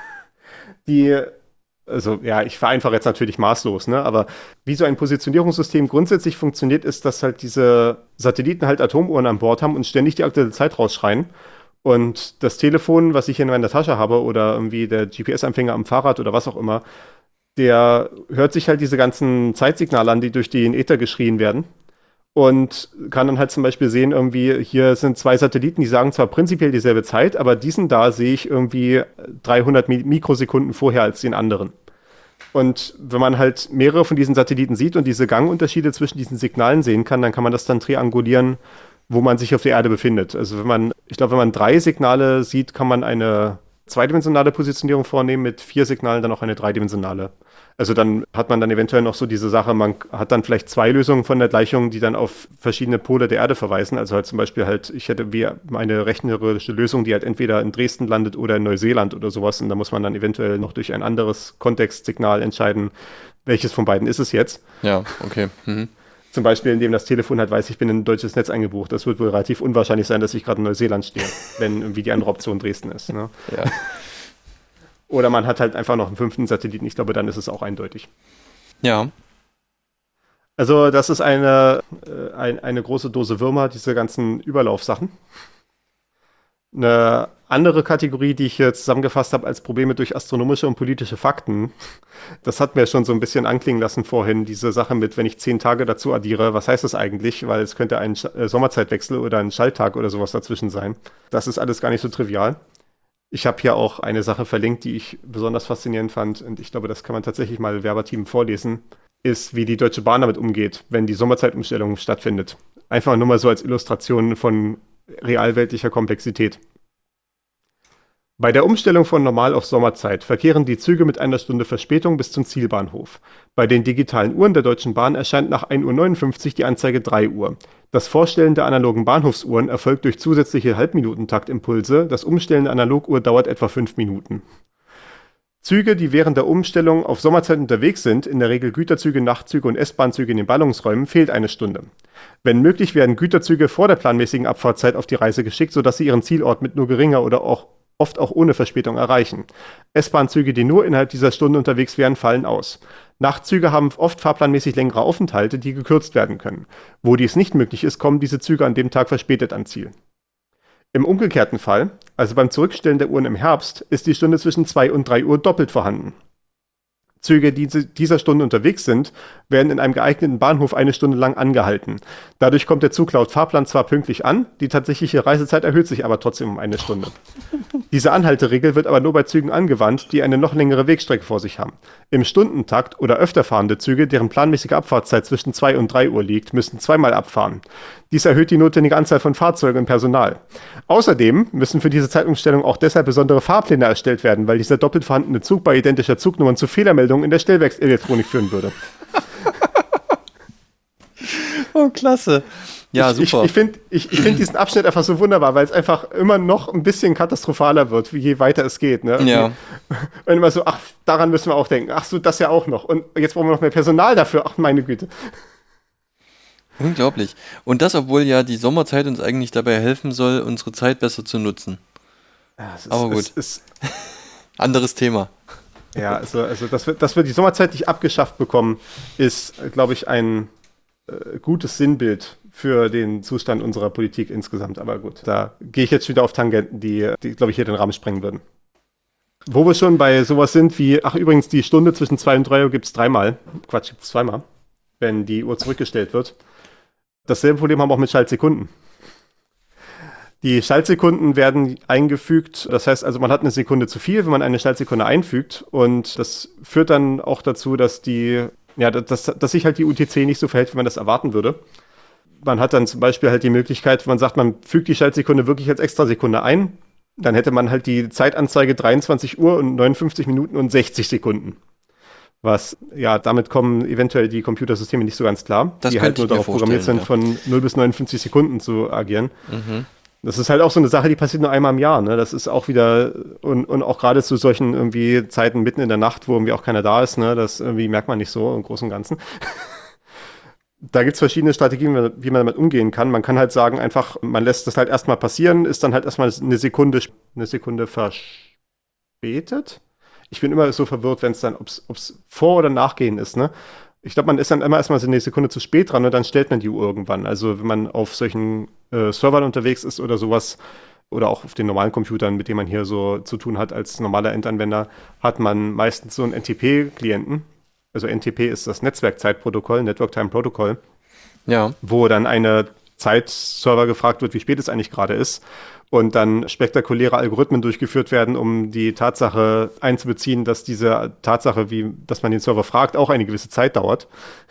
Die, also ja, ich vereinfache jetzt natürlich maßlos, ne? Aber wie so ein Positionierungssystem grundsätzlich funktioniert, ist, dass halt diese Satelliten halt Atomuhren an Bord haben und ständig die aktuelle Zeit rausschreien. Und das Telefon, was ich hier in meiner Tasche habe, oder irgendwie der G P S-Empfänger am Fahrrad oder was auch immer, der hört sich halt diese ganzen Zeitsignale an, die durch den Äther geschrien werden. Und kann dann halt zum Beispiel sehen, irgendwie, hier sind zwei Satelliten, die sagen zwar prinzipiell dieselbe Zeit, aber diesen da sehe ich irgendwie dreihundert Mi- Mikrosekunden vorher als den anderen. Und wenn man halt mehrere von diesen Satelliten sieht und diese Gangunterschiede zwischen diesen Signalen sehen kann, dann kann man das dann triangulieren, wo man sich auf der Erde befindet. Also wenn man, ich glaube, wenn man drei Signale sieht, kann man eine zweidimensionale Positionierung vornehmen, mit vier Signalen dann auch eine dreidimensionale. Also dann hat man dann eventuell noch so diese Sache, man hat dann vielleicht zwei Lösungen von der Gleichung, die dann auf verschiedene Pole der Erde verweisen. Also halt zum Beispiel halt, ich hätte wie eine rechnerische Lösung, die halt entweder in Dresden landet oder in Neuseeland oder sowas. Und da muss man dann eventuell noch durch ein anderes Kontextsignal entscheiden, welches von beiden ist es jetzt. Ja, okay. Mhm. Zum Beispiel, indem das Telefon halt weiß, ich bin in ein deutsches Netz eingebucht. Das wird wohl relativ unwahrscheinlich sein, dass ich gerade in Neuseeland stehe, wenn irgendwie die andere Option Dresden ist. Ne? Ja. Oder man hat halt einfach noch einen fünften Satelliten. Ich glaube, dann ist es auch eindeutig. Ja. Also das ist eine, äh, ein, eine große Dose Würmer, diese ganzen Überlaufsachen. Eine andere Kategorie, die ich hier zusammengefasst habe als Probleme durch astronomische und politische Fakten, das hat mir schon so ein bisschen anklingen lassen vorhin, diese Sache mit, wenn ich zehn Tage dazu addiere, was heißt das eigentlich? Weil es könnte ein Sch- äh, Sommerzeitwechsel oder ein Schalttag oder sowas dazwischen sein. Das ist alles gar nicht so trivial. Ich habe hier auch eine Sache verlinkt, die ich besonders faszinierend fand, und ich glaube, das kann man tatsächlich mal verbatim vorlesen, ist, wie die Deutsche Bahn damit umgeht, wenn die Sommerzeitumstellung stattfindet. Einfach nur mal so als Illustration von realweltlicher Komplexität. Bei der Umstellung von Normal auf Sommerzeit verkehren die Züge mit einer Stunde Verspätung bis zum Zielbahnhof. Bei den digitalen Uhren der Deutschen Bahn erscheint nach ein Uhr neunundfünfzig die Anzeige drei Uhr. Das Vorstellen der analogen Bahnhofsuhren erfolgt durch zusätzliche Halbminutentakt-Impulse. Das Umstellen der Analoguhr dauert etwa fünf Minuten. Züge, die während der Umstellung auf Sommerzeit unterwegs sind, in der Regel Güterzüge, Nachtzüge und S-Bahn-Züge in den Ballungsräumen, fehlt eine Stunde. Wenn möglich, werden Güterzüge vor der planmäßigen Abfahrtzeit auf die Reise geschickt, sodass sie ihren Zielort mit nur geringer oder auch oft auch ohne Verspätung erreichen. S-Bahn-Züge, die nur innerhalb dieser Stunde unterwegs wären, fallen aus. Nachtzüge haben oft fahrplanmäßig längere Aufenthalte, die gekürzt werden können. Wo dies nicht möglich ist, kommen diese Züge an dem Tag verspätet ans Ziel. Im umgekehrten Fall, also beim Zurückstellen der Uhren im Herbst, ist die Stunde zwischen zwei und drei Uhr doppelt vorhanden. Züge, die in dieser Stunde unterwegs sind, werden in einem geeigneten Bahnhof eine Stunde lang angehalten. Dadurch kommt der Zug laut Fahrplan zwar pünktlich an, die tatsächliche Reisezeit erhöht sich aber trotzdem um eine Stunde. Diese Anhalteregel wird aber nur bei Zügen angewandt, die eine noch längere Wegstrecke vor sich haben. Im Stundentakt oder öfter fahrende Züge, deren planmäßige Abfahrtszeit zwischen zwei und drei Uhr liegt, müssen zweimal abfahren. Dies erhöht die notwendige Anzahl von Fahrzeugen und Personal. Außerdem müssen für diese Zeitumstellung auch deshalb besondere Fahrpläne erstellt werden, weil dieser doppelt vorhandene Zug bei identischer Zugnummern zu Fehlermeldungen in der Stellwerkselektronik führen würde. Oh, klasse. Ja, ich, super. Ich, ich finde ich, ich find diesen Abschnitt einfach so wunderbar, weil es einfach immer noch ein bisschen katastrophaler wird, wie je weiter es geht. Ne? Ja. Und immer so, ach, daran müssen wir auch denken. Ach so, das ja auch noch. Und jetzt brauchen wir noch mehr Personal dafür. Ach, meine Güte. Unglaublich. Und das, obwohl ja die Sommerzeit uns eigentlich dabei helfen soll, unsere Zeit besser zu nutzen. Ja, es ist, Aber gut. Es ist, Anderes Thema. Ja, also, also dass, wir, dass wir die Sommerzeit nicht abgeschafft bekommen, ist, glaube ich, ein äh, gutes Sinnbild für den Zustand unserer Politik insgesamt. Aber gut, da gehe ich jetzt wieder auf Tangenten, die, die glaube ich, hier den Rahmen sprengen würden. Wo wir schon bei sowas sind wie, ach übrigens, die Stunde zwischen zwei und drei Uhr gibt es dreimal. Quatsch, gibt es zweimal, wenn die Uhr zurückgestellt wird. Dasselbe Problem haben wir auch mit Schaltsekunden. Die Schaltsekunden werden eingefügt, das heißt also, man hat eine Sekunde zu viel, wenn man eine Schaltsekunde einfügt, und das führt dann auch dazu, dass die, ja, dass, dass sich halt die U T C nicht so verhält, wie man das erwarten würde. Man hat dann zum Beispiel halt die Möglichkeit, wenn man sagt, man fügt die Schaltsekunde wirklich als Extrasekunde ein, dann hätte man halt die Zeitanzeige dreiundzwanzig Uhr und neunundfünfzig Minuten und sechzig Sekunden. Was, ja, damit kommen eventuell die Computersysteme nicht so ganz klar, das die halt nur darauf programmiert sind, ja, von null bis neunundfünfzig Sekunden zu agieren. Mhm. Das ist halt auch so eine Sache, die passiert nur einmal im Jahr, ne? Das ist auch wieder, und, und auch gerade zu solchen irgendwie Zeiten mitten in der Nacht, wo irgendwie auch keiner da ist, ne? Das irgendwie merkt man nicht so im Großen und Ganzen. Da gibt es verschiedene Strategien, wie man damit umgehen kann. Man kann halt sagen, einfach, man lässt das halt erstmal passieren, ist dann halt erstmal eine Sekunde, eine Sekunde verspätet. Ich bin immer so verwirrt, wenn es dann, ob es vor- oder nachgehen ist, ne? Ich glaube, man ist dann immer erstmal so eine Sekunde zu spät dran und dann stellt man die Uhr irgendwann. Also wenn man auf solchen äh, Servern unterwegs ist oder sowas, oder auch auf den normalen Computern, mit denen man hier so zu tun hat als normaler Endanwender, hat man meistens so einen N T P-Klienten. Also N T P ist das Netzwerkzeitprotokoll, Network Time Protocol, ja, wo dann eine Zeitserver gefragt wird, wie spät es eigentlich gerade ist, und dann spektakuläre Algorithmen durchgeführt werden, um die Tatsache einzubeziehen, dass diese Tatsache, wie, dass man den Server fragt, auch eine gewisse Zeit dauert,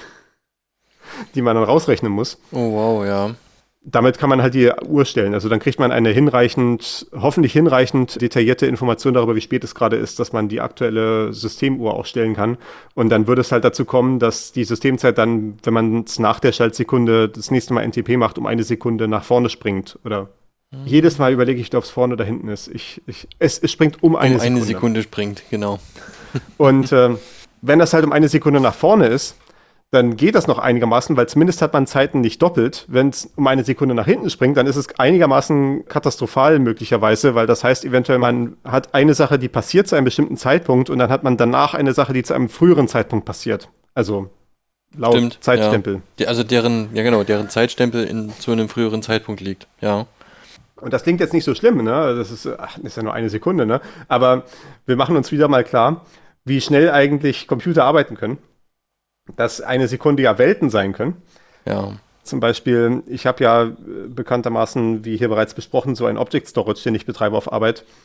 die man dann rausrechnen muss. Oh wow, ja. Damit kann man halt die Uhr stellen. Also dann kriegt man eine hinreichend, hoffentlich hinreichend detaillierte Information darüber, wie spät es gerade ist, dass man die aktuelle Systemuhr auch stellen kann. Und dann würde es halt dazu kommen, dass die Systemzeit dann, wenn man es nach der Schaltsekunde das nächste Mal N T P macht, um eine Sekunde nach vorne springt. Oder mhm. jedes Mal überlege ich, ob es vorne oder hinten ist. Ich, ich, es, es springt um eine um Sekunde. eine Sekunde springt, genau. Und äh, wenn das halt um eine Sekunde nach vorne ist, dann geht das noch einigermaßen, weil zumindest hat man Zeiten nicht doppelt. Wenn es um eine Sekunde nach hinten springt, dann ist es einigermaßen katastrophal möglicherweise, weil das heißt eventuell, man hat eine Sache, die passiert zu einem bestimmten Zeitpunkt, und dann hat man danach eine Sache, die zu einem früheren Zeitpunkt passiert. Also laut Stimmt, Zeitstempel. Ja. Also deren, ja genau, deren Zeitstempel in, zu einem früheren Zeitpunkt liegt, ja. Und das klingt jetzt nicht so schlimm, ne? Das ist, ach, das ist ja nur eine Sekunde, ne? Aber wir machen uns wieder mal klar, wie schnell eigentlich Computer arbeiten können. Dass eine Sekunde ja Welten sein können. Ja. Zum Beispiel, ich habe ja bekanntermaßen, wie hier bereits besprochen, so ein Object Storage, den ich betreibe auf Arbeit.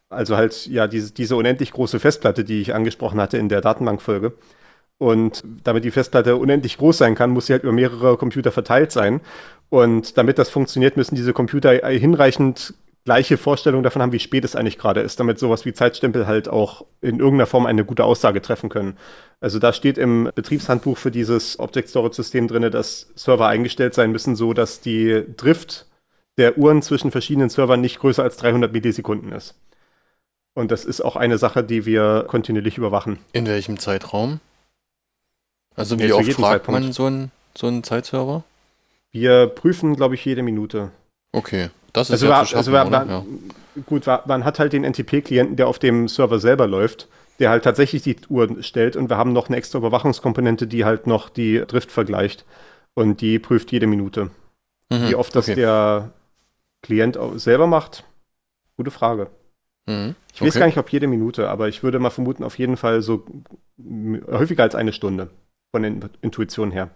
Also halt, ja, diese, diese unendlich große Festplatte, die ich angesprochen hatte in der Datenbankfolge. Und damit die Festplatte unendlich groß sein kann, muss sie halt über mehrere Computer verteilt sein. Und damit das funktioniert, müssen diese Computer hinreichend gleiche Vorstellungen davon haben, wie spät es eigentlich gerade ist, damit sowas wie Zeitstempel halt auch in irgendeiner Form eine gute Aussage treffen können. Also da steht im Betriebshandbuch für dieses Object Storage System drin, dass Server eingestellt sein müssen, so dass die Drift der Uhren zwischen verschiedenen Servern nicht größer als dreihundert Millisekunden ist. Und das ist auch eine Sache, die wir kontinuierlich überwachen. In welchem Zeitraum? Also Ja, wie zu oft jedem fragt Zeitpunkt. man so einen so einen Zeitserver? Wir prüfen, glaube ich, jede Minute. Okay, das ist Also, ja war, zu schaffen, also war, oder? war, Ja. gut, war, man hat halt den N T P-Klienten, der auf dem Server selber läuft, der halt tatsächlich die Uhr stellt, und wir haben noch eine extra Überwachungskomponente, die halt noch die Drift vergleicht, und die prüft jede Minute. Mhm, Wie oft das okay. der Klient auch selber macht, gute Frage. Mhm. Ich weiß Okay. gar nicht, ob jede Minute, aber ich würde mal vermuten, auf jeden Fall so m- häufiger als eine Stunde von der In- Intuition her.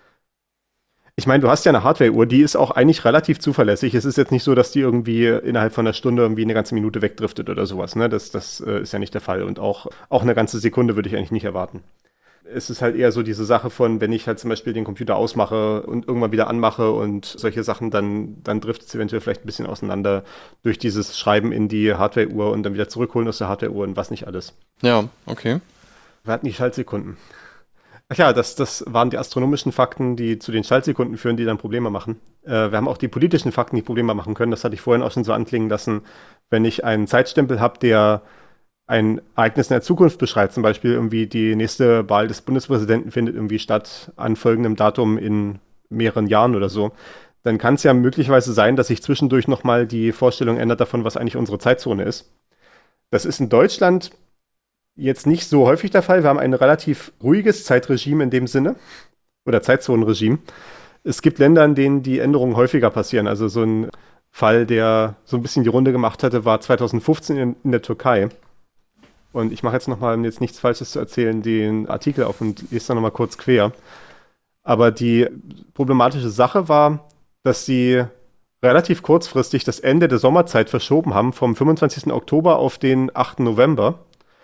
Ich meine, du hast ja eine Hardware-Uhr, die ist auch eigentlich relativ zuverlässig. Es ist jetzt nicht so, dass die irgendwie innerhalb von einer Stunde irgendwie eine ganze Minute wegdriftet oder sowas. Ne? Das, das äh, ist ja nicht der Fall. Und auch, auch eine ganze Sekunde würde ich eigentlich nicht erwarten. Es ist halt eher so diese Sache von, wenn ich halt zum Beispiel den Computer ausmache und irgendwann wieder anmache und solche Sachen, dann, dann driftet es eventuell vielleicht ein bisschen auseinander durch dieses Schreiben in die Hardware-Uhr und dann wieder zurückholen aus der Hardware-Uhr und was nicht alles. Ja, okay. Wir hatten die Schaltsekunden. Ach ja, das, das waren die astronomischen Fakten, die zu den Schaltsekunden führen, die dann Probleme machen. Äh, wir haben auch die politischen Fakten, die Probleme machen können. Das hatte ich vorhin auch schon so anklingen lassen. Wenn ich einen Zeitstempel habe, der ein Ereignis in der Zukunft beschreibt, zum Beispiel irgendwie die nächste Wahl des Bundespräsidenten findet irgendwie statt an folgendem Datum in mehreren Jahren oder so, dann kann es ja möglicherweise sein, dass sich zwischendurch nochmal die Vorstellung ändert davon, was eigentlich unsere Zeitzone ist. Das ist in Deutschland jetzt nicht so häufig der Fall. Wir haben ein relativ ruhiges Zeitregime in dem Sinne. Oder Zeitzonenregime. Es gibt Länder, in denen die Änderungen häufiger passieren. Also so ein Fall, der so ein bisschen die Runde gemacht hatte, war zwanzig fünfzehn in, in der Türkei. Und ich mache jetzt nochmal, um jetzt nichts Falsches zu erzählen, den Artikel auf und lese dann nochmal kurz quer. Aber die problematische Sache war, dass sie relativ kurzfristig das Ende der Sommerzeit verschoben haben, vom fünfundzwanzigsten Oktober auf den achten November.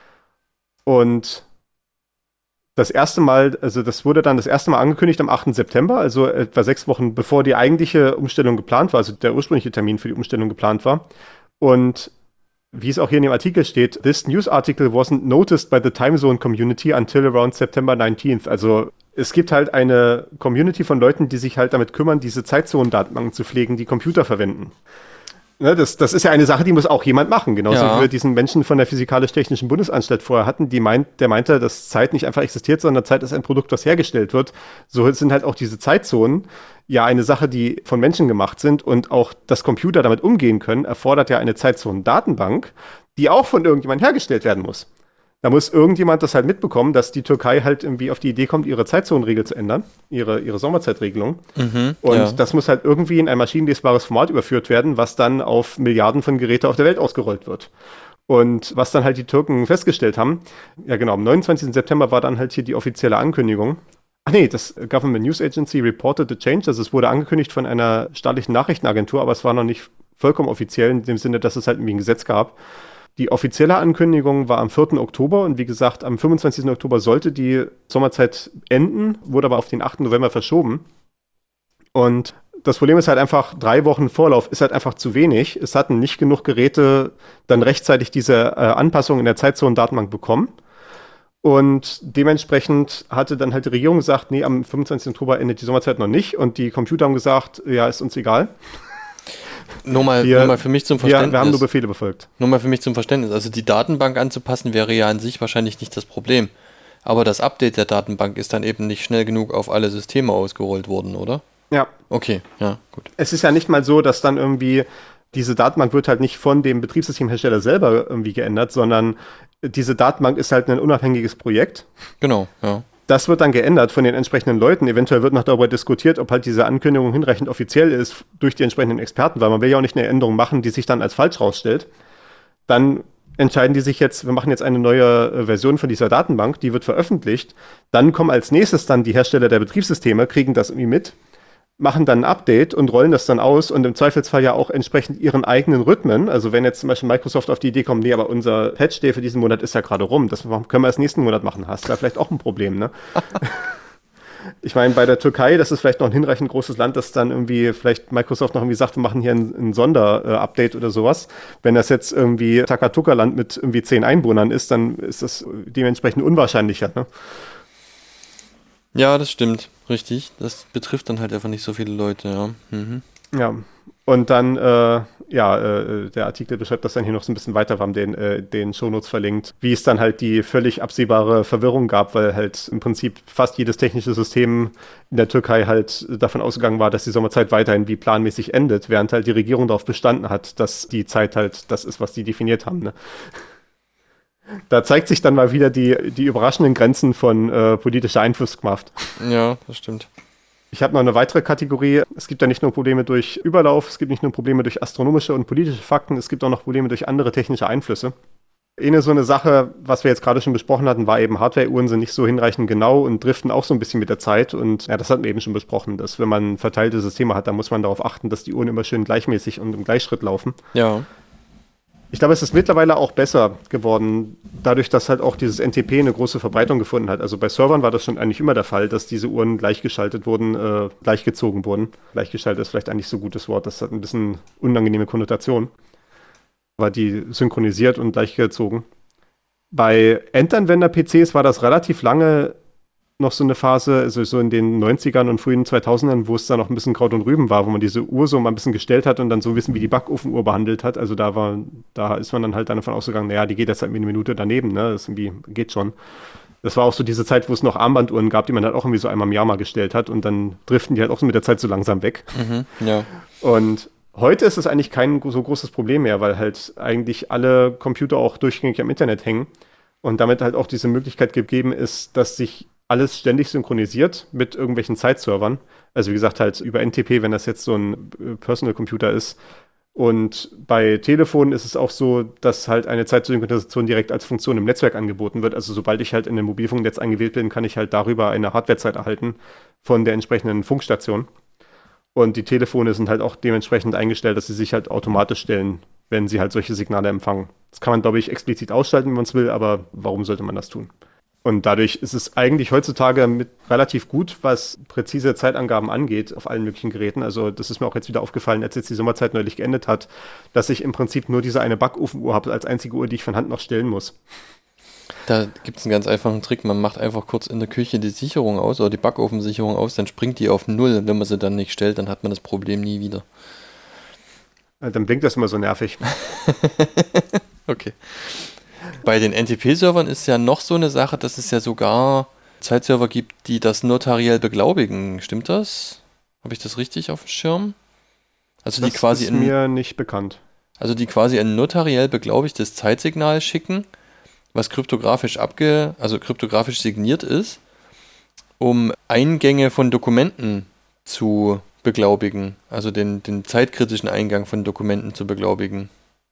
Und das erste Mal, also das wurde dann das erste Mal angekündigt am achten September, also etwa sechs Wochen bevor die eigentliche Umstellung geplant war, also der ursprüngliche Termin für die Umstellung geplant war. Und wie es auch hier in dem Artikel steht, this news article wasn't noticed by the time zone community until around September nineteenth. Also es gibt halt eine Community von Leuten, die sich halt damit kümmern, diese Zeitzonen-Datenbanken zu pflegen, die Computer verwenden. Ne, das, das ist ja eine Sache, die muss auch jemand machen. Genauso Ja. wie wir diesen Menschen von der Physikalisch-Technischen Bundesanstalt vorher hatten, die meint, der meinte, dass Zeit nicht einfach existiert, sondern Zeit ist ein Produkt, das hergestellt wird. So sind halt auch diese Zeitzonen ja eine Sache, die von Menschen gemacht sind, und auch, dass Computer damit umgehen können, erfordert ja eine Zeitzonen-Datenbank, die auch von irgendjemandem hergestellt werden muss. Da muss irgendjemand das halt mitbekommen, dass die Türkei halt irgendwie auf die Idee kommt, ihre Zeitzonenregel zu ändern, ihre, ihre Sommerzeitregelung. Mhm, Und ja. das muss halt irgendwie in ein maschinenlesbares Format überführt werden, was dann auf Milliarden von Geräten auf der Welt ausgerollt wird. Und was dann halt die Türken festgestellt haben, ja genau, am neunundzwanzigsten September war dann halt hier die offizielle Ankündigung. Ach nee, das Government News Agency reported the change, also es wurde angekündigt von einer staatlichen Nachrichtenagentur, aber es war noch nicht vollkommen offiziell in dem Sinne, dass es halt irgendwie ein Gesetz gab. Die offizielle Ankündigung war am vierten Oktober und wie gesagt, am fünfundzwanzigsten Oktober sollte die Sommerzeit enden, wurde aber auf den achten November verschoben. Und das Problem ist halt einfach, drei Wochen Vorlauf ist halt einfach zu wenig. Es hatten nicht genug Geräte dann rechtzeitig diese äh, Anpassung in der Zeitzonen-Datenbank bekommen. Und dementsprechend hatte dann halt die Regierung gesagt, nee, am fünfundzwanzigsten Oktober endet die Sommerzeit noch nicht. Und die Computer haben gesagt, ja, ist uns egal. Nur mal, Wir- nur mal für mich zum Wir, Verständnis. wir haben nur Befehle befolgt. Nur mal für mich zum Verständnis. Also die Datenbank anzupassen wäre ja an sich wahrscheinlich nicht das Problem. Aber das Update der Datenbank ist dann eben nicht schnell genug auf alle Systeme ausgerollt worden, oder? Ja, Okay, ja, gut. es ist ja nicht mal so, dass dann irgendwie diese Datenbank wird halt nicht von dem Betriebssystemhersteller selber irgendwie geändert, sondern diese Datenbank ist halt ein unabhängiges Projekt. Genau, ja. Das wird dann geändert von den entsprechenden Leuten. Eventuell wird noch darüber diskutiert, ob halt diese Ankündigung hinreichend offiziell ist durch die entsprechenden Experten, weil man will ja auch nicht eine Änderung machen, die sich dann als falsch rausstellt. Dann entscheiden die sich jetzt, wir machen jetzt eine neue äh, Version von dieser Datenbank, die wird veröffentlicht. Dann kommen als nächstes dann die Hersteller der Betriebssysteme, kriegen das irgendwie mit, machen dann ein Update und rollen das dann aus und im Zweifelsfall ja auch entsprechend ihren eigenen Rhythmen. Also wenn jetzt zum Beispiel Microsoft auf die Idee kommt, nee, aber unser Patch-Day für diesen Monat ist ja gerade rum, das können wir erst nächsten Monat machen, hast du da vielleicht auch ein Problem, ne? Ich meine, bei der Türkei, das ist vielleicht noch ein hinreichend großes Land, dass dann irgendwie vielleicht Microsoft noch irgendwie sagt, wir machen hier ein, ein Sonder-Update oder sowas. Wenn das jetzt irgendwie Takatuka-Land mit irgendwie zehn Einwohnern ist, dann ist das dementsprechend unwahrscheinlicher, ne? Ja, das stimmt, richtig. Das betrifft dann halt einfach nicht so viele Leute, ja. Mhm. Ja, und dann, äh, ja, äh, der Artikel beschreibt das dann hier noch so ein bisschen weiter, wir haben den, äh, den Shownotes verlinkt, wie es dann halt die völlig absehbare Verwirrung gab, weil halt im Prinzip fast jedes technische System in der Türkei halt davon ausgegangen war, dass die Sommerzeit weiterhin wie planmäßig endet, während halt die Regierung darauf bestanden hat, dass die Zeit halt das ist, was die definiert haben, ne? Da zeigt sich dann mal wieder die, die überraschenden Grenzen von äh, politischer Einflusskraft. Ja, das stimmt. Ich habe noch eine weitere Kategorie. Es gibt ja nicht nur Probleme durch Überlauf, es gibt nicht nur Probleme durch astronomische und politische Fakten, es gibt auch noch Probleme durch andere technische Einflüsse. Eine so eine Sache, was wir jetzt gerade schon besprochen hatten, war eben, Hardware-Uhren sind nicht so hinreichend genau und driften auch so ein bisschen mit der Zeit. Und ja, das hatten wir eben schon besprochen, dass wenn man verteilte Systeme hat, dann muss man darauf achten, dass die Uhren immer schön gleichmäßig und im Gleichschritt laufen. Ja. Ich glaube, es ist mittlerweile auch besser geworden, dadurch, dass halt auch dieses N T P eine große Verbreitung gefunden hat. Also bei Servern war das schon eigentlich immer der Fall, dass diese Uhren gleichgeschaltet wurden, äh, gleichgezogen wurden. Gleichgeschaltet ist vielleicht ein nicht so gutes Wort, das hat ein bisschen unangenehme Konnotation. War die synchronisiert und gleichgezogen. Bei Endanwender-P Cs war das relativ lange noch so eine Phase, also so in den neunzigern und frühen zweitausendern, wo es da noch ein bisschen Kraut und Rüben war, wo man diese Uhr so mal ein bisschen gestellt hat und dann so ein bisschen wie die Backofenuhr behandelt hat. Also da war, da ist man dann halt dann davon ausgegangen, naja, die geht jetzt halt eine Minute daneben, ne? Das irgendwie geht schon. Das war auch so diese Zeit, wo es noch Armbanduhren gab, die man halt auch irgendwie so einmal im Jahr mal gestellt hat und dann driften die halt auch so mit der Zeit so langsam weg. Mhm, ja. Und heute ist es eigentlich kein so großes Problem mehr, weil halt eigentlich alle Computer auch durchgängig am Internet hängen und damit halt auch diese Möglichkeit gegeben ist, dass sich alles ständig synchronisiert mit irgendwelchen Zeitservern. Also wie gesagt, halt über N T P, wenn das jetzt so ein Personal Computer ist. Und bei Telefonen ist es auch so, dass halt eine Zeitsynchronisation direkt als Funktion im Netzwerk angeboten wird. Also sobald ich halt in einem Mobilfunknetz eingewählt bin, kann ich halt darüber eine Hardwarezeit erhalten von der entsprechenden Funkstation. Und die Telefone sind halt auch dementsprechend eingestellt, dass sie sich halt automatisch stellen, wenn sie halt solche Signale empfangen. Das kann man, glaube ich, explizit ausschalten, wenn man es will, aber warum sollte man das tun? Und dadurch ist es eigentlich heutzutage mit relativ gut, was präzise Zeitangaben angeht auf allen möglichen Geräten. Also das ist mir auch jetzt wieder aufgefallen, als jetzt die Sommerzeit neulich geendet hat, dass ich im Prinzip nur diese eine Backofenuhr habe als einzige Uhr, die ich von Hand noch stellen muss. Da gibt es einen ganz einfachen Trick. Man macht einfach kurz in der Küche die Sicherung aus oder die Backofensicherung aus, dann springt die auf Null. Wenn man sie dann nicht stellt, dann hat man das Problem nie wieder. Dann blinkt das immer so nervig. Okay. Bei den N T P-Servern ist ja noch so eine Sache, dass es ja sogar Zeitserver gibt, die das notariell beglaubigen. Stimmt das? Habe ich das richtig auf dem Schirm? Also das die quasi ist in, mir nicht bekannt. Also die quasi ein notariell beglaubigtes Zeitsignal schicken, was kryptografisch abge, also kryptografisch signiert ist, um Eingänge von Dokumenten zu beglaubigen, also den, den zeitkritischen Eingang von Dokumenten zu beglaubigen.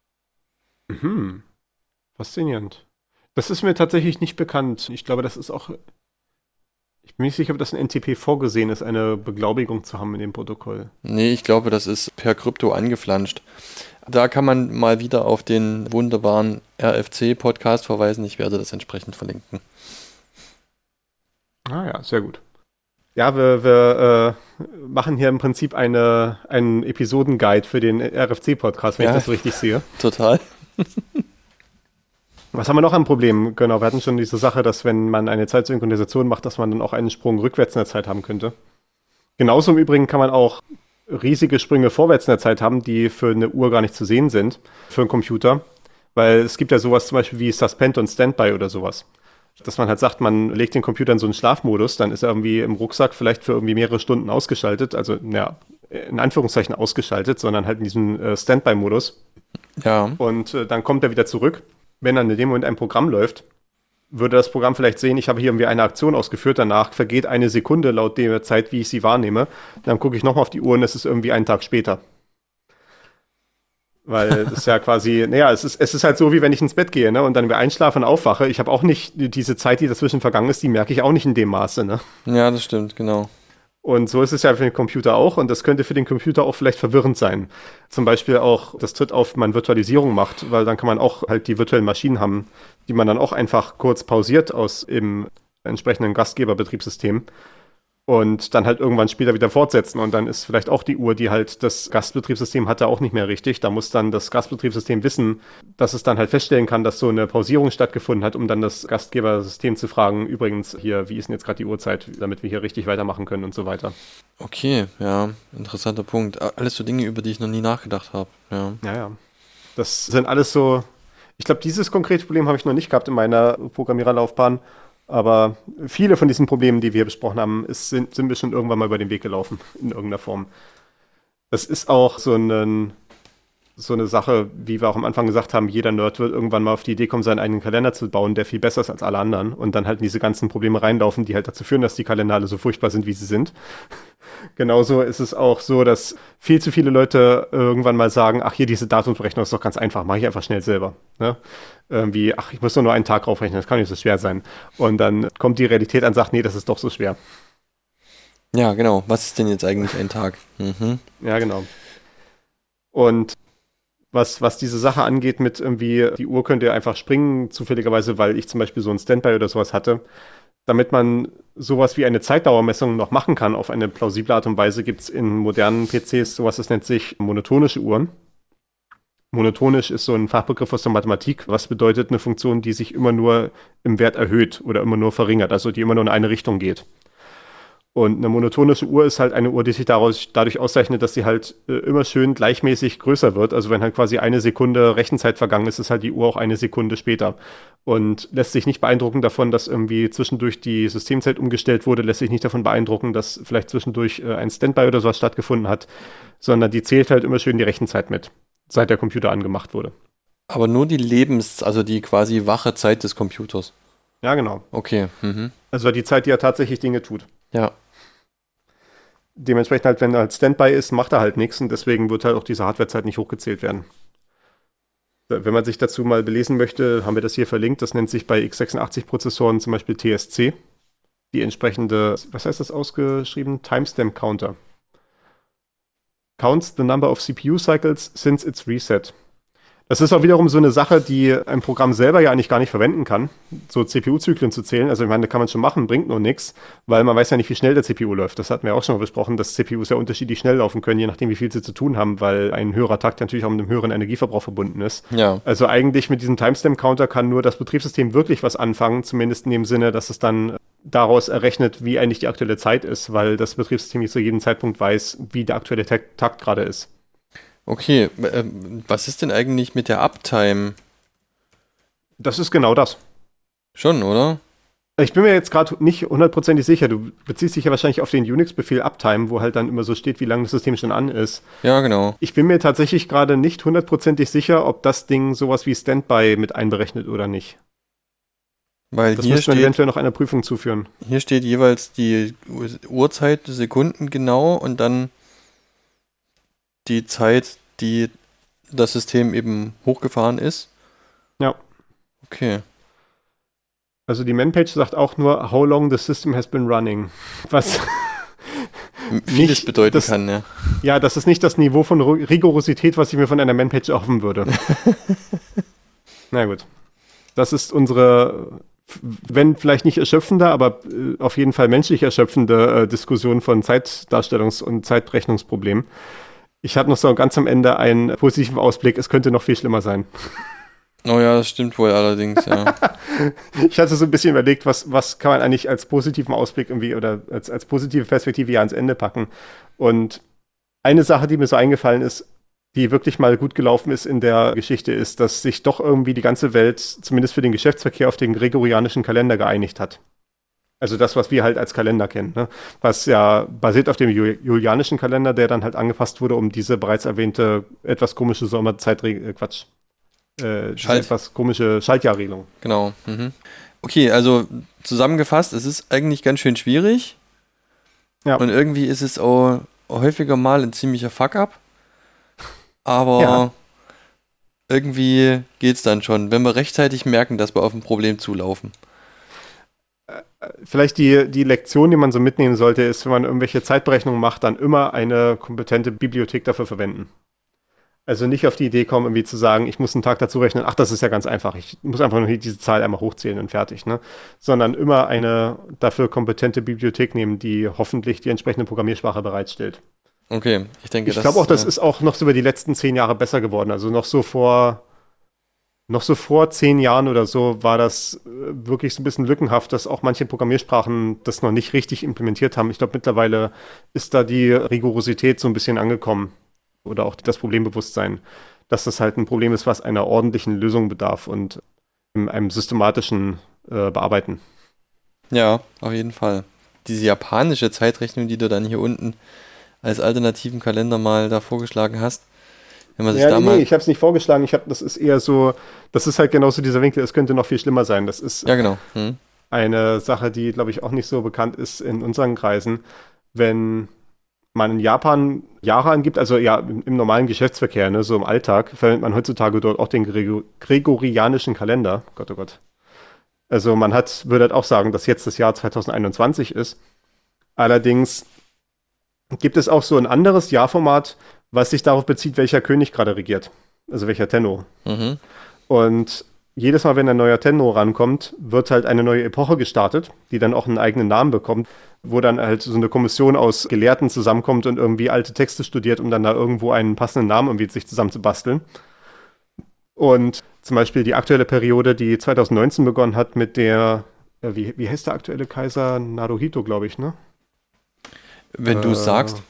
Mhm. Faszinierend. Das ist mir tatsächlich nicht bekannt. Ich glaube, das ist auch. Ich bin nicht sicher, ob das in N T P vorgesehen ist, eine Beglaubigung zu haben in dem Protokoll. Nee, ich glaube, das ist per Krypto angeflanscht. Da kann man mal wieder auf den wunderbaren R F C-Podcast verweisen. Ich werde das entsprechend verlinken. Ah ja, sehr gut. Ja, wir, wir äh, machen hier im Prinzip eine, einen Episodenguide für den R F C-Podcast, wenn ja, ich das so richtig sehe. Total. Was haben wir noch an Problemen? Genau, wir hatten schon diese Sache, dass wenn man eine Zeitsynchronisation macht, dass man dann auch einen Sprung rückwärts in der Zeit haben könnte. Genauso im Übrigen kann man auch riesige Sprünge vorwärts in der Zeit haben, die für eine Uhr gar nicht zu sehen sind, für einen Computer. Weil es gibt ja sowas zum Beispiel wie Suspend und Standby oder sowas. Dass man halt sagt, man legt den Computer in so einen Schlafmodus, dann ist er irgendwie im Rucksack vielleicht für irgendwie mehrere Stunden ausgeschaltet, also ja, in Anführungszeichen ausgeschaltet, sondern halt in diesem äh, Standby-Modus. Ja. Und äh, dann kommt er wieder zurück. Wenn dann in dem Moment ein Programm läuft, würde das Programm vielleicht sehen, ich habe hier irgendwie eine Aktion ausgeführt, danach vergeht eine Sekunde laut der Zeit, wie ich sie wahrnehme. Dann gucke ich nochmal auf die Uhr und es ist irgendwie einen Tag später. Weil es ist ja quasi, naja, es ist, es ist halt so, wie wenn ich ins Bett gehe, ne, und dann wieder einschlafe und aufwache. Ich habe auch nicht diese Zeit, die dazwischen vergangen ist, die merke ich auch nicht in dem Maße, ne. Ja, das stimmt, genau. Und so ist es ja für den Computer auch und das könnte für den Computer auch vielleicht verwirrend sein. Zum Beispiel auch, das tritt auf, wenn man Virtualisierung macht, weil dann kann man auch halt die virtuellen Maschinen haben, die man dann auch einfach kurz pausiert aus im entsprechenden Gastgeberbetriebssystem und dann halt irgendwann später wieder fortsetzen und dann ist vielleicht auch die Uhr, die halt das Gastbetriebssystem hatte, auch nicht mehr richtig. Da muss dann das Gastbetriebssystem wissen, dass es dann halt feststellen kann, dass so eine Pausierung stattgefunden hat, um dann das Gastgebersystem zu fragen, übrigens hier, wie ist denn jetzt gerade die Uhrzeit, damit wir hier richtig weitermachen können und so weiter. Okay, ja, interessanter Punkt. Alles so Dinge, über die ich noch nie nachgedacht habe. Ja, ja. ja. Das sind alles so, ich glaube, dieses konkrete Problem habe ich noch nicht gehabt in meiner Programmiererlaufbahn. Aber viele von diesen Problemen, die wir besprochen haben, ist, sind, sind wir schon irgendwann mal über den Weg gelaufen, in irgendeiner Form. Das ist auch so, einen, so eine Sache, wie wir auch am Anfang gesagt haben, jeder Nerd wird irgendwann mal auf die Idee kommen, seinen eigenen Kalender zu bauen, der viel besser ist als alle anderen und dann halt in diese ganzen Probleme reinlaufen, die halt dazu führen, dass die Kalender alle so furchtbar sind, wie sie sind. Genauso ist es auch so, dass viel zu viele Leute irgendwann mal sagen, ach hier, diese Datumsberechnung ist doch ganz einfach, mache ich einfach schnell selber. Ne? Irgendwie, ach, ich muss nur, nur einen Tag raufrechnen, das kann nicht so schwer sein. Und dann kommt die Realität an und sagt, nee, das ist doch so schwer. Ja, genau. Was ist denn jetzt eigentlich ein Tag? Mhm. Ja, genau. Und was, was diese Sache angeht mit irgendwie, die Uhr könnte einfach springen, zufälligerweise, weil ich zum Beispiel so ein Standby oder sowas hatte. Damit man sowas wie eine Zeitdauermessung noch machen kann auf eine plausible Art und Weise, gibt es in modernen P Cs sowas, das nennt sich monotonische Uhren. Monotonisch ist so ein Fachbegriff aus der Mathematik, was bedeutet eine Funktion, die sich immer nur im Wert erhöht oder immer nur verringert, also die immer nur in eine Richtung geht. Und eine monotonische Uhr ist halt eine Uhr, die sich daraus, dadurch auszeichnet, dass sie halt äh, immer schön gleichmäßig größer wird. Also wenn halt quasi eine Sekunde Rechenzeit vergangen ist, ist halt die Uhr auch eine Sekunde später. Und lässt sich nicht beeindrucken davon, dass irgendwie zwischendurch die Systemzeit umgestellt wurde, lässt sich nicht davon beeindrucken, dass vielleicht zwischendurch äh, ein Standby oder sowas stattgefunden hat, sondern die zählt halt immer schön die Rechenzeit mit, seit der Computer angemacht wurde. Aber nur die Lebens-, also die quasi wache Zeit des Computers. Ja, genau. Okay. Mhm. Also die Zeit, die er tatsächlich Dinge tut. Ja. Dementsprechend halt, wenn er halt Standby ist, macht er halt nichts und deswegen wird halt auch diese Hardwarezeit nicht hochgezählt werden. Wenn man sich dazu mal belesen möchte, haben wir das hier verlinkt. Das nennt sich bei x sechsundachtzig Prozessoren zum Beispiel T S C. Die entsprechende, was heißt das ausgeschrieben? Timestamp Counter. Counts the number of C P U cycles since its reset. Das ist auch wiederum so eine Sache, die ein Programm selber ja eigentlich gar nicht verwenden kann, so C P U-Zyklen zu zählen. Also ich meine, da kann man schon machen, bringt nur nichts, weil man weiß ja nicht, wie schnell der C P U läuft. Das hatten wir auch schon mal besprochen, dass C P Us ja unterschiedlich schnell laufen können, je nachdem, wie viel sie zu tun haben, weil ein höherer Takt natürlich auch mit einem höheren Energieverbrauch verbunden ist. Ja. Also eigentlich mit diesem Timestamp-Counter kann nur das Betriebssystem wirklich was anfangen, zumindest in dem Sinne, dass es dann daraus errechnet, wie eigentlich die aktuelle Zeit ist, weil das Betriebssystem nicht zu jedem Zeitpunkt weiß, wie der aktuelle Takt gerade ist. Okay, äh, was ist denn eigentlich mit der Uptime? Das ist genau das. Schon, oder? Ich bin mir jetzt gerade nicht hundertprozentig sicher. Du beziehst dich ja wahrscheinlich auf den Unix-Befehl Uptime, wo halt dann immer so steht, wie lange das System schon an ist. Ja, genau. Ich bin mir tatsächlich gerade nicht hundertprozentig sicher, ob das Ding sowas wie Standby mit einberechnet oder nicht. Weil das hier müsste man steht, eventuell noch einer Prüfung zuführen. Hier steht jeweils die Uhrzeit, Sekunden genau und dann die Zeit, die das System eben hochgefahren ist. Ja. Okay. Also die Man-Page sagt auch nur, how long the system has been running. Was vieles nicht, bedeuten das, kann, ja. Ja, das ist nicht das Niveau von Rigorosität, was ich mir von einer Man-Page erhoffen würde. Na gut. Das ist unsere, wenn vielleicht nicht erschöpfende, aber äh, auf jeden Fall menschlich erschöpfende äh, Diskussion von Zeitdarstellungs- und Zeitrechnungsproblemen. Ich habe noch so ganz am Ende einen positiven Ausblick, es könnte noch viel schlimmer sein. Oh ja, das stimmt wohl allerdings, ja. Ich hatte so ein bisschen überlegt, was, was kann man eigentlich als positiven Ausblick irgendwie oder als, als positive Perspektive ja ans Ende packen. Und eine Sache, die mir so eingefallen ist, die wirklich mal gut gelaufen ist in der Geschichte, ist, dass sich doch irgendwie die ganze Welt, zumindest für den Geschäftsverkehr, auf den gregorianischen Kalender geeinigt hat. Also das, was wir halt als Kalender kennen, ne? Was ja basiert auf dem Ju- julianischen Kalender, der dann halt angepasst wurde, um diese bereits erwähnte etwas komische Sommerzeit, äh, Quatsch, äh, Schalt. etwas komische Schaltjahrregelung. Genau. Mhm. Okay, also zusammengefasst, es ist eigentlich ganz schön schwierig. Ja. Und irgendwie ist es auch häufiger mal ein ziemlicher Fuck-up. Aber Ja. irgendwie geht's dann schon, wenn wir rechtzeitig merken, dass wir auf ein Problem zulaufen. vielleicht die, die Lektion, die man so mitnehmen sollte, ist, wenn man irgendwelche Zeitberechnungen macht, dann immer eine kompetente Bibliothek dafür verwenden. Also nicht auf die Idee kommen, irgendwie zu sagen, ich muss einen Tag dazu rechnen, ach, das ist ja ganz einfach, ich muss einfach nur diese Zahl einmal hochzählen und fertig, ne? Sondern immer eine dafür kompetente Bibliothek nehmen, die hoffentlich die entsprechende Programmiersprache bereitstellt. Okay, ich denke, Ich das glaube auch, das äh, ist auch noch so über die letzten zehn Jahre besser geworden. Also noch so vor, noch so vor zehn Jahren oder so war das äh, wirklich so ein bisschen lückenhaft, dass auch manche Programmiersprachen das noch nicht richtig implementiert haben. Ich glaube, mittlerweile ist da die Rigorosität so ein bisschen angekommen. Oder auch das Problembewusstsein, dass das halt ein Problem ist, was einer ordentlichen Lösung bedarf und in einem systematischen äh, Bearbeiten. Ja, auf jeden Fall. Diese japanische Zeitrechnung, die du dann hier unten als alternativen Kalender mal da vorgeschlagen hast, wenn man sich Ja, da nee, mal... nee, ich habe es nicht vorgeschlagen. Ich hab, das ist eher so, das ist halt genauso dieser Winkel, es könnte noch viel schlimmer sein. Das ist Ja, genau. Hm. eine Sache, die, glaube ich, auch nicht so bekannt ist in unseren Kreisen. Wenn man in Japan Jahre angibt, also ja, im, im normalen Geschäftsverkehr, ne, so im Alltag, verwendet man heutzutage dort auch den Gregor- gregorianischen Kalender. Gott, oh Gott. Also man hat, würde halt auch sagen, dass jetzt das Jahr zwanzig einundzwanzig ist. Allerdings gibt es auch so ein anderes Jahrformat, was sich darauf bezieht, welcher König gerade regiert. Also welcher Tenno. Mhm. Und jedes Mal, wenn ein neuer Tenno rankommt, wird halt eine neue Epoche gestartet, die dann auch einen eigenen Namen bekommt, wo dann halt so eine Kommission aus Gelehrten zusammenkommt und irgendwie alte Texte studiert, um dann da irgendwo einen passenden Namen irgendwie sich zusammenzubasteln. Und zum Beispiel die aktuelle Periode, die zwanzig neunzehn begonnen hat mit der, äh, wie, wie heißt der aktuelle Kaiser? Naruhito, glaube ich, ne? Wenn du Äh, es sagst.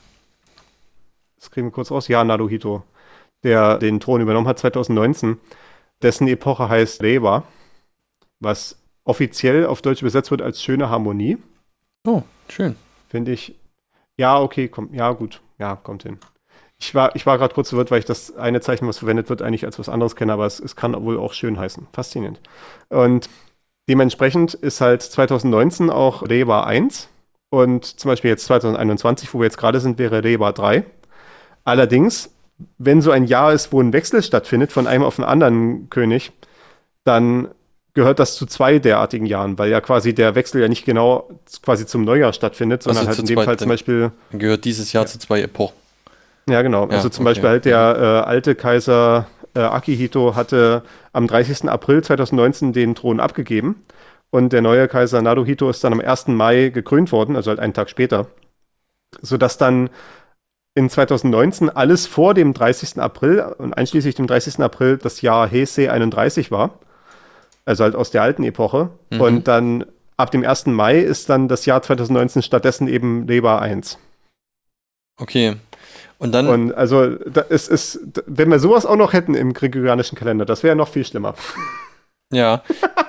Das kriegen wir kurz raus. Ja, Naruhito, der den Thron übernommen hat zwanzig neunzehn. Dessen Epoche heißt Reiwa, was offiziell auf Deutsch übersetzt wird als schöne Harmonie. Oh, schön. Finde ich. Ja, okay, komm, ja, gut. Ja, kommt hin. Ich war, ich war gerade kurz verwirrt, weil ich das eine Zeichen, was verwendet wird, eigentlich als was anderes kenne, aber es, es kann wohl auch schön heißen. Faszinierend. Und dementsprechend ist halt zwanzig neunzehn auch Reiwa eins und zum Beispiel jetzt zwanzig einundzwanzig, wo wir jetzt gerade sind, wäre Reiwa drei. Allerdings, wenn so ein Jahr ist, wo ein Wechsel stattfindet von einem auf einen anderen König, dann gehört das zu zwei derartigen Jahren, weil ja quasi der Wechsel ja nicht genau quasi zum Neujahr stattfindet, sondern Also halt zu in dem zwei- Fall zum Beispiel, Dann gehört dieses Jahr Ja. zu zwei Epochen. ja genau, Ja, also zum okay. Beispiel halt der äh, alte Kaiser äh, Akihito hatte am dreißigsten April zwanzig neunzehn den Thron abgegeben und der neue Kaiser Naruhito ist dann am ersten Mai gekrönt worden, also halt einen Tag später, sodass dann in zwanzig neunzehn alles vor dem dreißigsten April und einschließlich dem dreißigsten April das Jahr Heisei einunddreißig war. Also halt aus der alten Epoche. Mhm. Und dann ab dem ersten Mai ist dann das Jahr zwanzig neunzehn stattdessen eben Reiwa eins. Okay. Und dann, Und also da, es ist, wenn wir sowas auch noch hätten im gregorianischen Kalender, das wäre noch viel schlimmer. ja.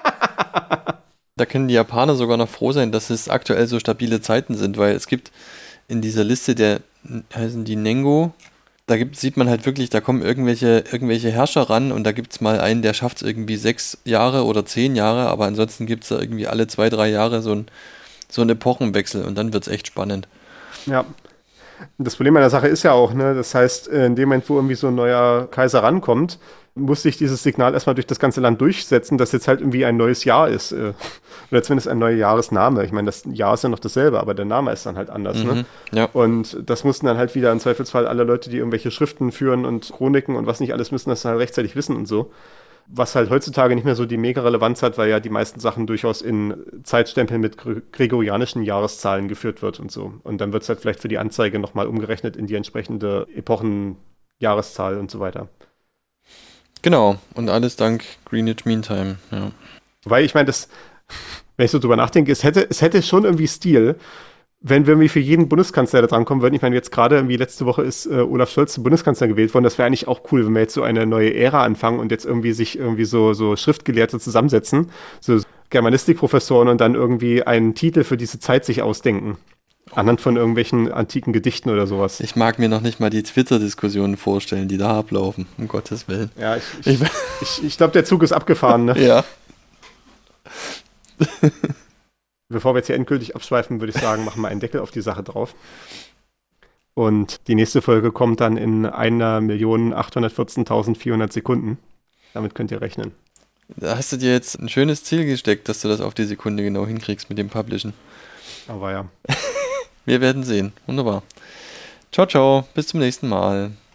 Da können die Japaner sogar noch froh sein, dass es aktuell so stabile Zeiten sind, weil es gibt in dieser Liste der, heißen die Nengo, da gibt, sieht man halt wirklich, da kommen irgendwelche, irgendwelche Herrscher ran und da gibt es mal einen, der schafft es irgendwie sechs Jahre oder zehn Jahre, aber ansonsten gibt es da irgendwie alle zwei, drei Jahre so ein so einen Epochenwechsel und dann wird es echt spannend. Ja. Das Problem an der Sache ist ja auch, ne, das heißt, in dem Moment, wo irgendwie so ein neuer Kaiser rankommt, muss sich dieses Signal erstmal durch das ganze Land durchsetzen, dass jetzt halt irgendwie ein neues Jahr ist. Äh, oder zumindest ein neuer Jahresname. Ich meine, das Jahr ist ja noch dasselbe, aber der Name ist dann halt anders. Mhm, Ne? ja. Und das mussten dann halt wieder im Zweifelsfall alle Leute, die irgendwelche Schriften führen und Chroniken und was nicht alles, müssen das dann halt rechtzeitig wissen und so. Was halt heutzutage nicht mehr so die mega Relevanz hat, weil ja die meisten Sachen durchaus in Zeitstempeln mit gre- gregorianischen Jahreszahlen geführt wird und so. Und dann wird es halt vielleicht für die Anzeige nochmal umgerechnet in die entsprechende Epochenjahreszahl und so weiter. Genau, und alles dank Greenwich Mean Time, ja. Weil ich meine, das, wenn ich so drüber nachdenke, es hätte, es hätte schon irgendwie Stil, wenn wir irgendwie für jeden Bundeskanzler da drankommen würden. Ich meine, jetzt gerade irgendwie letzte Woche ist äh, Olaf Scholz zum Bundeskanzler gewählt worden. Das wäre eigentlich auch cool, wenn wir jetzt so eine neue Ära anfangen und jetzt irgendwie sich irgendwie so, so Schriftgelehrte zusammensetzen, so Germanistikprofessoren und dann irgendwie einen Titel für diese Zeit sich ausdenken. Anhand von irgendwelchen antiken Gedichten oder sowas. Ich mag mir noch nicht mal die Twitter-Diskussionen vorstellen, die da ablaufen, um Gottes Willen. Ja, ich, ich, ich, ich glaube, der Zug ist abgefahren, ne? Ja. Bevor wir jetzt hier endgültig abschweifen, würde ich sagen, machen wir einen Deckel auf die Sache drauf. Und die nächste Folge kommt dann in einer Million achthundertvierzehntausendvierhundert Sekunden. Damit könnt ihr rechnen. Da hast du dir jetzt ein schönes Ziel gesteckt, dass du das auf die Sekunde genau hinkriegst mit dem Publishen. Aber ja. Wir werden sehen. Wunderbar. Ciao, ciao. Bis zum nächsten Mal.